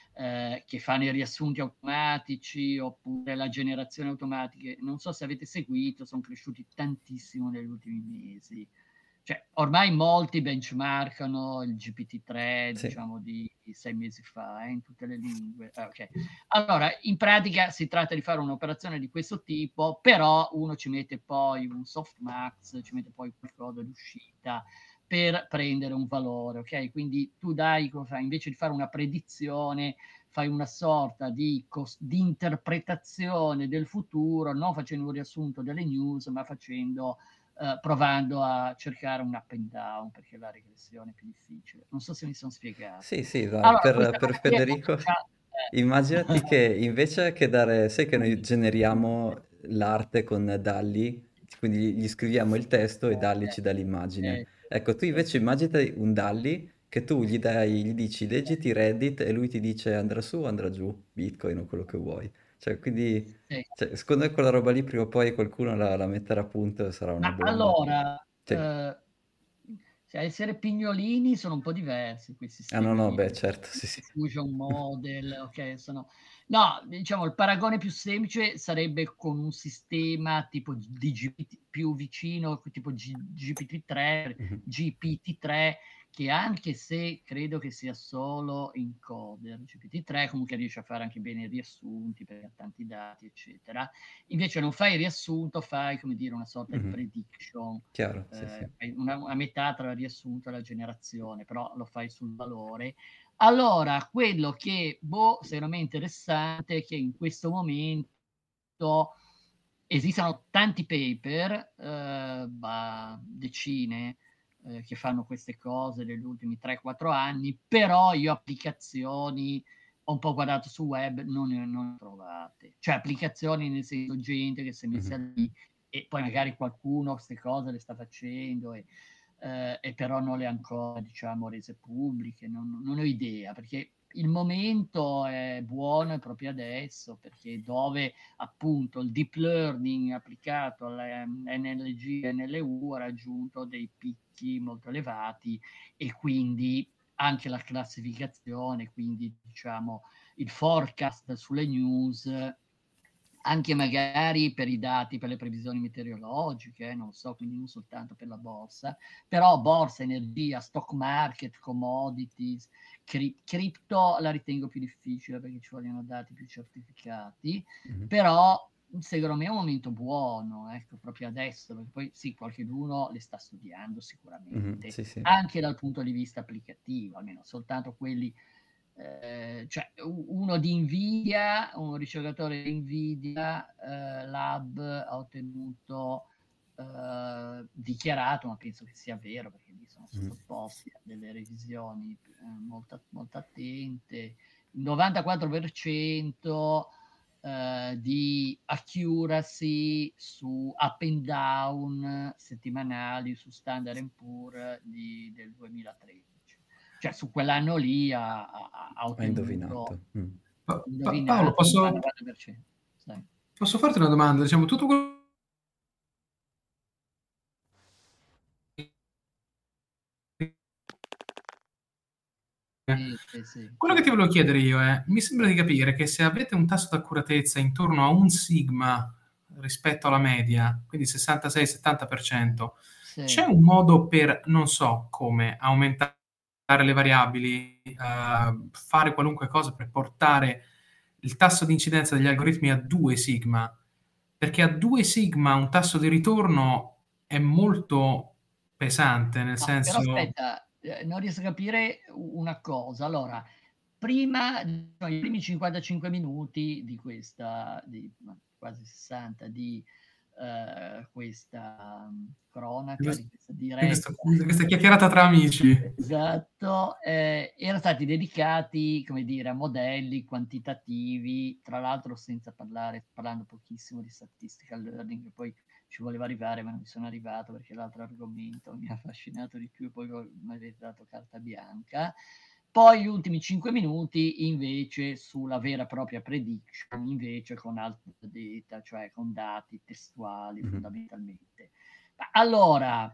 eh, che fanno i riassunti automatici oppure la generazione automatica. Non so se avete seguito, sono cresciuti tantissimo negli ultimi mesi. Cioè, ormai molti benchmarkano il G P T tre, Sì, diciamo, di, di sei mesi fa, eh, in tutte le lingue. Ah, okay. Allora, in pratica si tratta di fare un'operazione di questo tipo, però uno ci mette poi un softmax, ci mette poi qualcosa d'uscita per prendere un valore, ok? Quindi tu dai, invece di fare una predizione, fai una sorta di, cos- di interpretazione del futuro, non facendo un riassunto delle news, ma facendo, eh, provando a cercare un up and down, perché la regressione è più difficile. Non so se mi sono spiegato. sì, sì, dai, Allora, per, questa per cosa qui è molto Federico, già... immaginati che eh. invece che dare, sai che noi generiamo l'arte con Dalli, quindi gli scriviamo il testo e Dalli ci dà Eh, l'immagine. eh, Ecco, tu sì, invece immaginati un Dalli che tu gli dai, gli dici leggiti Reddit e lui ti dice andrà su o andrà giù, Bitcoin o quello che vuoi. Cioè, quindi, sì. cioè, secondo me quella roba lì prima o poi qualcuno la, la metterà a punto e sarà una Ma bomba. allora, Sì. eh, cioè, essere pignolini sono un po' diversi quei Ah no, sistemi no, lì, beh, perché certo, sì, sì. Fusion Model, ok, sono... No, diciamo, il paragone più semplice sarebbe con un sistema tipo di G P T più vicino, tipo G- GPT tre, Mhm. G P T tre, che anche se credo che sia solo encoder, G P T tre comunque riesce a fare anche bene i riassunti perché ha tanti dati, eccetera. Invece non fai il riassunto, fai, come dire, una sorta di Mhm. prediction, Chiaro, sì, sì. eh, una, una metà tra il riassunto e la generazione, però lo fai sul valore. Allora, quello che, boh, secondo me è interessante è che in questo momento esistono tanti paper, eh, bah, decine, eh, che fanno queste cose negli ultimi tre quattro anni, però io applicazioni ho un po' guardato sul web, non ne, non ne ho trovate. Cioè applicazioni nel senso gente che si è messa Mhm. lì e poi magari qualcuno queste cose le sta facendo e, eh, e però non le ha ancora, diciamo, rese pubbliche, non, non ho idea, perché il momento è buono e proprio adesso, perché dove appunto il deep learning applicato alle N L G e N L U ha raggiunto dei picchi molto elevati, e quindi anche la classificazione, quindi diciamo il forecast sulle news, anche magari per i dati, per le previsioni meteorologiche, non so, quindi non soltanto per la borsa, però borsa, energia, stock market, commodities, cri- cripto la ritengo più difficile perché ci vogliono dati più certificati, Mhm. però secondo me è un momento buono, ecco, proprio adesso, perché poi sì, qualcuno le sta studiando Mhm, sicuramente, sì, sì. anche dal punto di vista applicativo, almeno soltanto quelli, eh, cioè u- uno di Nvidia, un ricercatore di Nvidia eh, Lab ha ottenuto, eh, dichiarato, ma penso che sia vero perché lì sono Mhm. sottoposti a delle revisioni eh, molto, molto attente, il novantaquattro per cento eh, di accuracy su up and down settimanali su Standard and Poor's di, del duemilatredici. Cioè su quell'anno lì ha, ha, ha Ho ottenuto, indovinato. Mm. Pa- Pa- Paolo, indovinato, il posso, novantaquattro per cento. Sì. posso farti una domanda? Diciamo, tutto quello Sì, sì, sì, Quello che ti certo. volevo chiedere io è, mi sembra di capire che se avete un tasso di accuratezza intorno a un sigma rispetto alla media, quindi sessantasei settanta per cento, Sì. c'è un modo per, non so come, aumentare le variabili, eh, fare qualunque cosa per portare il tasso di incidenza degli algoritmi a due sigma? Perché a due sigma un tasso di ritorno è molto pesante, nel No, però senso... aspetta, eh, non riesco a capire u- una cosa. Allora, prima, diciamo, i primi cinquantacinque minuti di questa, di, ma quasi sessanta, di eh, questa mm, di cronaca, questo- di questa di questo- diretta, di questa chiacchierata tra amici. esatto, eh, erano stati dedicati, come dire, a modelli quantitativi, tra l'altro senza parlare, parlando pochissimo di statistical learning, che poi ci voleva arrivare, ma non mi sono arrivato perché l'altro argomento mi ha affascinato di più, poi voi mi avete dato carta bianca. Poi gli ultimi cinque minuti invece sulla vera e propria prediction, invece con altre data, cioè con dati testuali Mhm. fondamentalmente. Ma allora,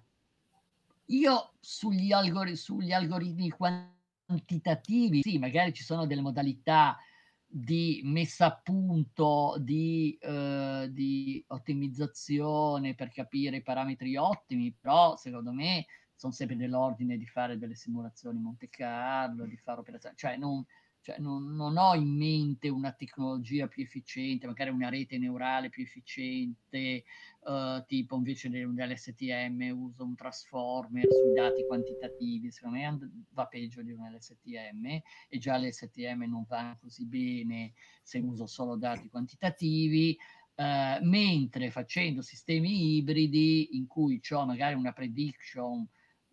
io sugli, algori- sugli algoritmi quantitativi, sì, magari ci sono delle modalità di messa a punto, di, eh, di ottimizzazione per capire i parametri ottimi, però secondo me sono sempre dell'ordine di fare delle simulazioni Monte Carlo, di fare operazioni, cioè non, cioè non, non ho in mente una tecnologia più efficiente, magari una rete neurale più efficiente, Uh, tipo invece dell'S T M uso un transformer sui dati quantitativi, secondo me and- va peggio di un L S T M, e già l'S T M non va così bene se uso solo dati quantitativi, uh, mentre facendo sistemi ibridi in cui ho magari una prediction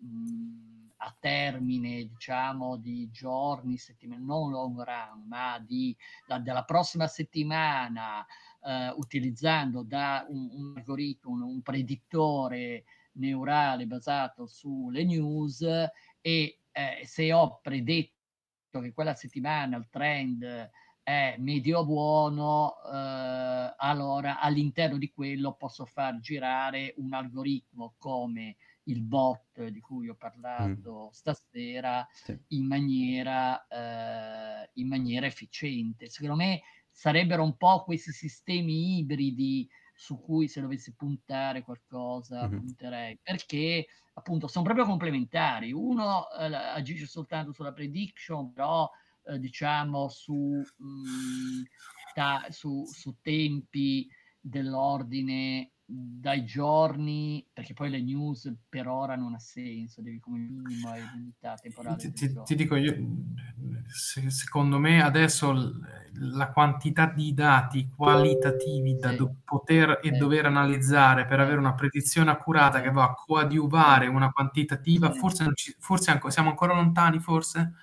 mh, a termine, diciamo, di giorni, settimane, non long run, ma di, la, della prossima settimana, Uh, utilizzando da un, un algoritmo, un, un predittore neurale basato sulle news, e eh, se ho predetto che quella settimana il trend è medio buono, eh, allora all'interno di quello posso far girare un algoritmo come il bot di cui ho Mm. parlato stasera Sì. in maniera, eh, in maniera efficiente. Secondo me sarebbero un po' questi sistemi ibridi su cui se dovessi puntare qualcosa Mhm. punterei, perché appunto sono proprio complementari. Uno eh, agisce soltanto sulla prediction, però eh, diciamo su, mh, ta- su, su tempi dell'ordine dai giorni, perché poi le news per ora non ha senso, devi come minimo hai l'unità temporale Ti, del ti- ti giorno. dico io, se- secondo me adesso l- la quantità di dati qualitativi da Sì, do- poter e sì, dover analizzare per avere sì, una predizione accurata sì, che va a coadiuvare sì, una quantitativa, sì. forse, non ci- forse anco- siamo ancora lontani, forse,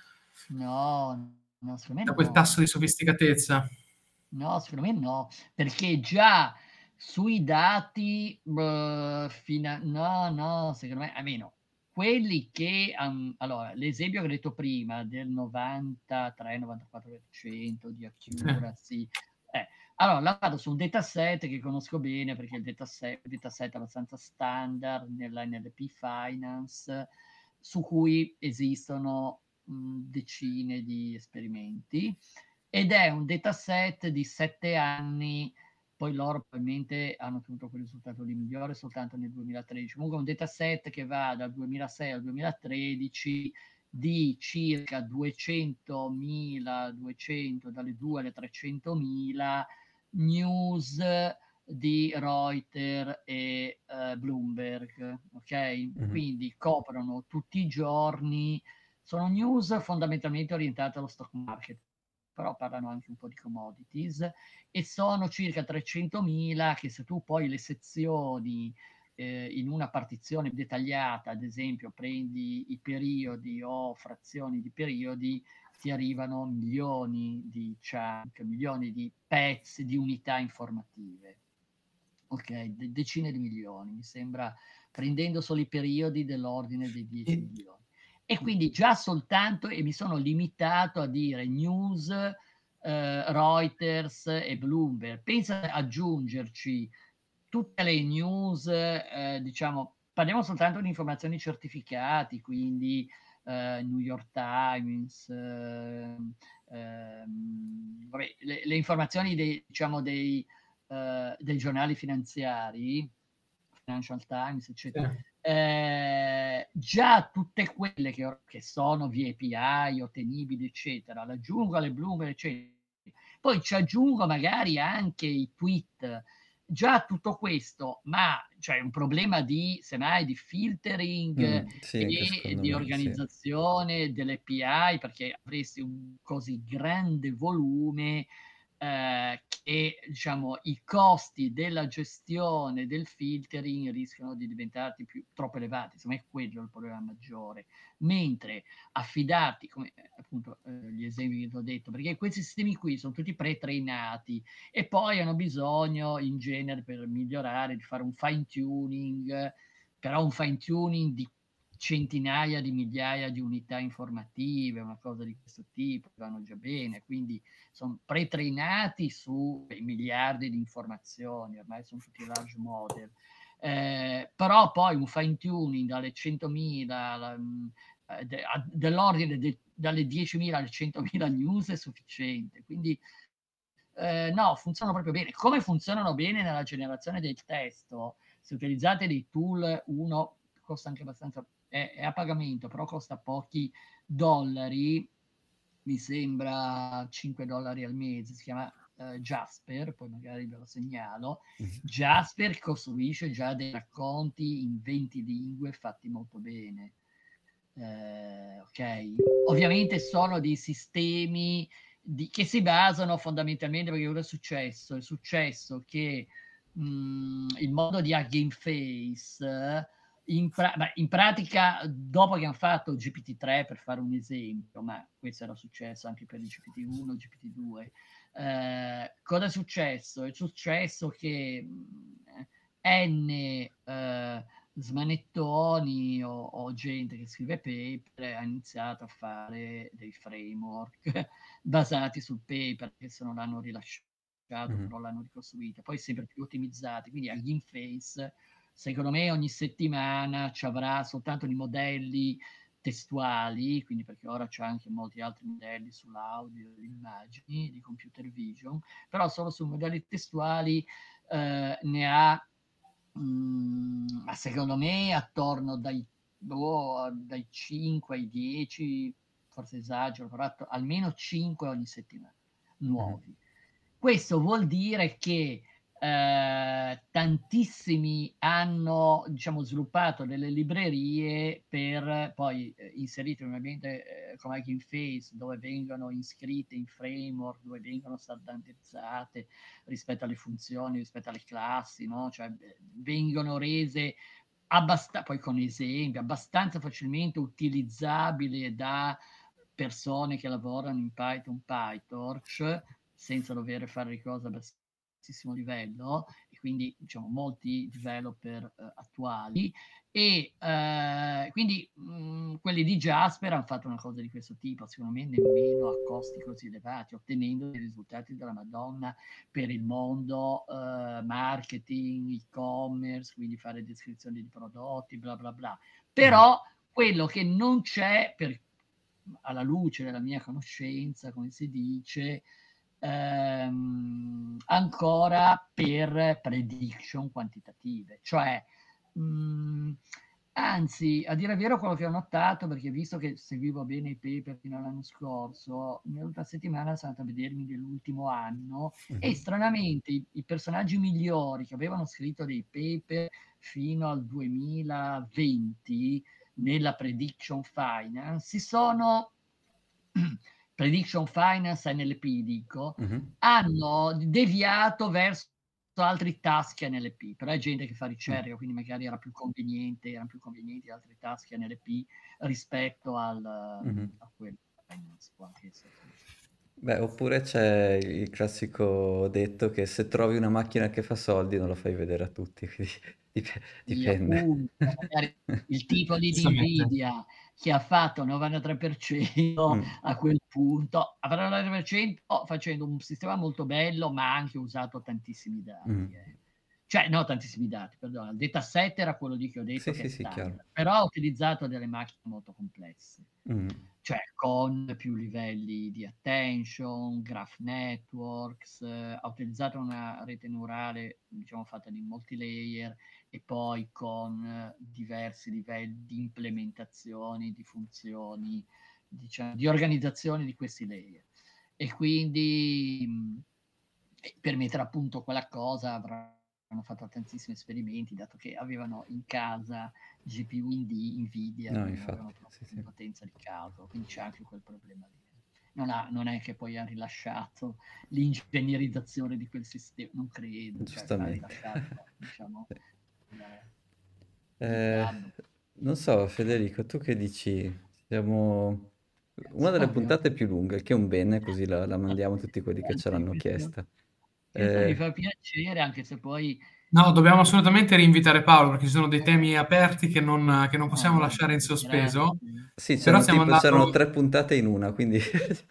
No, no, secondo me da quel no. tasso di sofisticatezza. No, secondo me no, perché già sui dati, beh, fino a- no, no, secondo me, almeno quelli che, um, allora, l'esempio che ho detto prima del novantatré novantaquattro per cento di accuracy, eh, allora la vado su un dataset che conosco bene perché il dataset, il dataset è abbastanza standard nella N L P Finance, su cui esistono mh, decine di esperimenti, ed è un dataset di sette anni. Poi loro probabilmente hanno ottenuto quel risultato di migliore soltanto nel duemilatredici. Comunque un dataset che va dal duemilasei al duemilatredici di circa duecentomila, duecento, dalle due alle trecentomila news di Reuters e uh, Bloomberg, ok? Mhm. Quindi coprono tutti i giorni, sono news fondamentalmente orientate allo stock market, però parlano anche un po' di commodities, e sono circa trecentomila che se tu poi le sezioni eh, in una partizione dettagliata, ad esempio prendi i periodi o frazioni di periodi, ti arrivano milioni di chunk, milioni di pezzi, di unità informative. Ok, de- decine di milioni, mi sembra, prendendo solo i periodi dell'ordine dei dieci E- milioni. E quindi già soltanto, e mi sono limitato a dire news, eh, Reuters e Bloomberg. Pensa ad aggiungerci tutte le news, eh, diciamo, parliamo soltanto di informazioni certificati, quindi eh, New York Times, eh, ehm, vabbè, le, le informazioni dei, diciamo, dei, eh, dei giornali finanziari, Financial Times, eccetera. sì. Eh, già tutte quelle che, che sono via A P I, ottenibili, eccetera, l'aggiungo alle Bloomberg, eccetera. Poi ci aggiungo magari anche i tweet, già tutto questo, ma c'è un problema di, semmai, di filtering Mm, sì, anche e secondo di me, sì. organizzazione delle A P I, perché avresti un così grande volume eh, che, diciamo, i costi della gestione del filtering rischiano di diventarti più, troppo elevati. Insomma, è quello il problema maggiore. Mentre affidarti, come eh, appunto eh, gli esempi che ti ho detto, perché questi sistemi qui sono tutti pre-trainati e poi hanno bisogno in genere, per migliorare, di fare un fine tuning, però un fine tuning di centinaia di migliaia di unità informative, una cosa di questo tipo, vanno già bene, quindi sono pre-trainati su miliardi di informazioni, ormai sono tutti large model. Eh, però poi un fine tuning dalle centomila la, eh, de, a, dell'ordine de, dalle diecimila alle centomila news è sufficiente, quindi eh, no, funzionano proprio bene. Come funzionano bene nella generazione del testo? Se utilizzate dei tool, uno costa anche abbastanza, è, è a pagamento, però costa pochi dollari, mi sembra cinque dollari al mese, si chiama eh, Jasper, poi magari ve lo segnalo. Jasper costruisce già dei racconti in venti lingue fatti molto bene. Eh, ok, ovviamente sono dei sistemi di, che si basano fondamentalmente, perché cosa è successo? È successo che mh, il modo di Hugging Face in, pra- beh, in pratica, dopo che hanno fatto G P T tre, per fare un esempio, ma questo era successo anche per il G P T uno, G P T due, eh, cosa è successo? È successo che mh, N eh, smanettoni o, o gente che scrive paper ha iniziato a fare dei framework basati sul paper, che se non l'hanno rilasciato, Mhm. però l'hanno ricostruito, poi sempre più ottimizzati. Quindi Hugging Face, secondo me, ogni settimana ci avrà soltanto di modelli testuali, quindi perché ora c'è anche molti altri modelli sull'audio, le immagini, di computer vision, però solo sui modelli testuali eh, ne ha, mh, ma secondo me, attorno dai, oh, dai cinque ai dieci, forse esagero, però atto- almeno cinque ogni settimana Mhm. nuovi. Questo vuol dire che eh, tantissimi hanno, diciamo, sviluppato delle librerie per poi eh, inserite in un ambiente eh, come Hugging Face, dove vengono iscritte in framework, dove vengono standardizzate rispetto alle funzioni, rispetto alle classi, no? Cioè eh, vengono rese abbastanza, poi con esempi, abbastanza facilmente utilizzabili da persone che lavorano in Python, PyTorch, senza dover fare cose bassissimo livello, e quindi diciamo molti developer eh, attuali, e eh, quindi mh, quelli di Jasper hanno fatto una cosa di questo tipo, secondo me nemmeno a costi così elevati, ottenendo dei risultati della Madonna per il mondo eh, marketing, e-commerce, quindi fare descrizioni di prodotti, bla bla bla. Però quello che non c'è, per, alla luce della mia conoscenza, come si dice, ehm, ancora per prediction quantitative, cioè mh, anzi, a dire il vero, quello che ho notato, perché visto che seguivo bene i paper fino all'anno scorso, nell'ultima settimana sono andato a vedermi dell'ultimo anno, Mhm. e stranamente i, i personaggi migliori che avevano scritto dei paper fino al duemilaventi nella prediction finance si sono prediction finance N L P dico, Mhm. hanno deviato verso altri task N L P, però è gente che fa Mm. ricerca, quindi magari era più conveniente, erano più convenienti altri task N L P rispetto al, Mhm. a quello finance qua che è stato- Beh, oppure c'è il classico detto che se trovi una macchina che fa soldi non lo fai vedere a tutti, quindi dip- Sì, dipende. appunto, magari il tipo lì di Giustamente. Nvidia che ha fatto novantatré per cento Mm. a quel punto, avrà il novantatré per cento facendo un sistema molto bello, ma ha anche usato tantissimi dati. Mm. eh. Cioè, no, tantissimi dati, perdono. Il dataset era quello lì che ho detto Sì, che è sì, sì, chiaro. standard, però ha utilizzato delle macchine molto complesse, Mm. cioè con più livelli di attention, graph networks, eh, ha utilizzato una rete neurale, diciamo, fatta di multilayer, e poi con eh, diversi livelli di implementazioni, di funzioni, diciamo, di organizzazione di questi layer. E quindi mh, per mettere a punto quella cosa avranno fatto tantissimi esperimenti, dato che avevano in casa G P U di Nvidia, No, quindi non avevano infatti, sì, proprio sì. potenza di calcolo, quindi c'è anche quel problema lì. Non, ha, non è che poi ha rilasciato l'ingegnerizzazione di quel sistema, non credo, cioè ha Giustamente. rilasciato, diciamo, il, il Eh, danno. non so, Federico, tu che dici? Siamo una delle Ovvio. puntate più lunghe, che è un bene, così la, la mandiamo a tutti quelli che ce Anzi, l'hanno questo, chiesta. questo mi Eh, fa piacere, anche se poi... No, dobbiamo assolutamente rinvitare Paolo perché ci sono dei temi aperti che non, che non Ah, possiamo va lasciare in bene, sospeso, grazie. sì, però c'erano stiamo tipo, c'erano andando... tre puntate in una, quindi...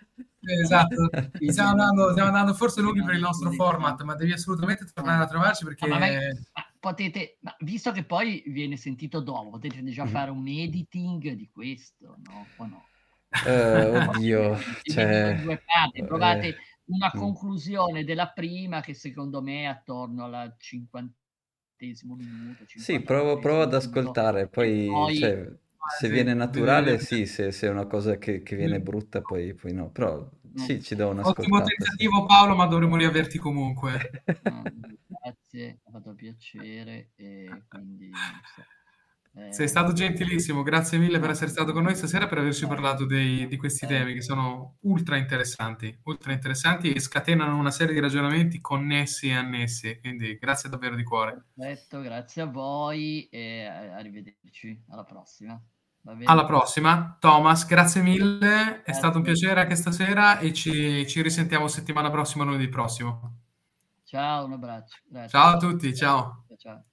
Esatto, Sì, stiamo sì, no, andando, stiamo no, andando forse lunghi per il no, nostro fuori format, tempo. ma devi assolutamente tornare Ah. a trovarci No, ma, mai- perché... ma potete, ma visto che poi viene sentito dopo, potete già Mhm. fare un editing di questo, no? O no? Eh, oddio, Dividilo cioè... in due parti, eh, trovate una mm. conclusione della prima che secondo me è attorno al cinquantesimo minuto, Sì, provo, provo cinquantaquattresimo ad minuto, ascoltare, e poi, poi cioè, Ah, se sì, viene vedere naturale, le... sì, se, se è una cosa che, che viene brutta, poi, poi no, però mm, sì, ci do Ottimo un'ascoltata, sì. tentativo Paolo, ma dovremmo riaverti comunque. mm, grazie, ha fatto piacere, e quindi non so. Sei Eh, stato gentilissimo, grazie mille per no, essere stato con noi stasera, per averci eh, parlato dei- di questi eh, temi che sono ultra interessanti, ultra interessanti e scatenano una serie di ragionamenti connessi e annessi, quindi grazie davvero di cuore. perfetto, grazie a voi e a- arrivederci, alla prossima. Va Alla bene? prossima, Thomas, grazie mille, è stato un Grazie. piacere anche stasera e ci, ci risentiamo settimana prossima, lunedì prossimo. Ciao, un abbraccio. Grazie. Ciao a tutti, ciao. Ciao, ciao.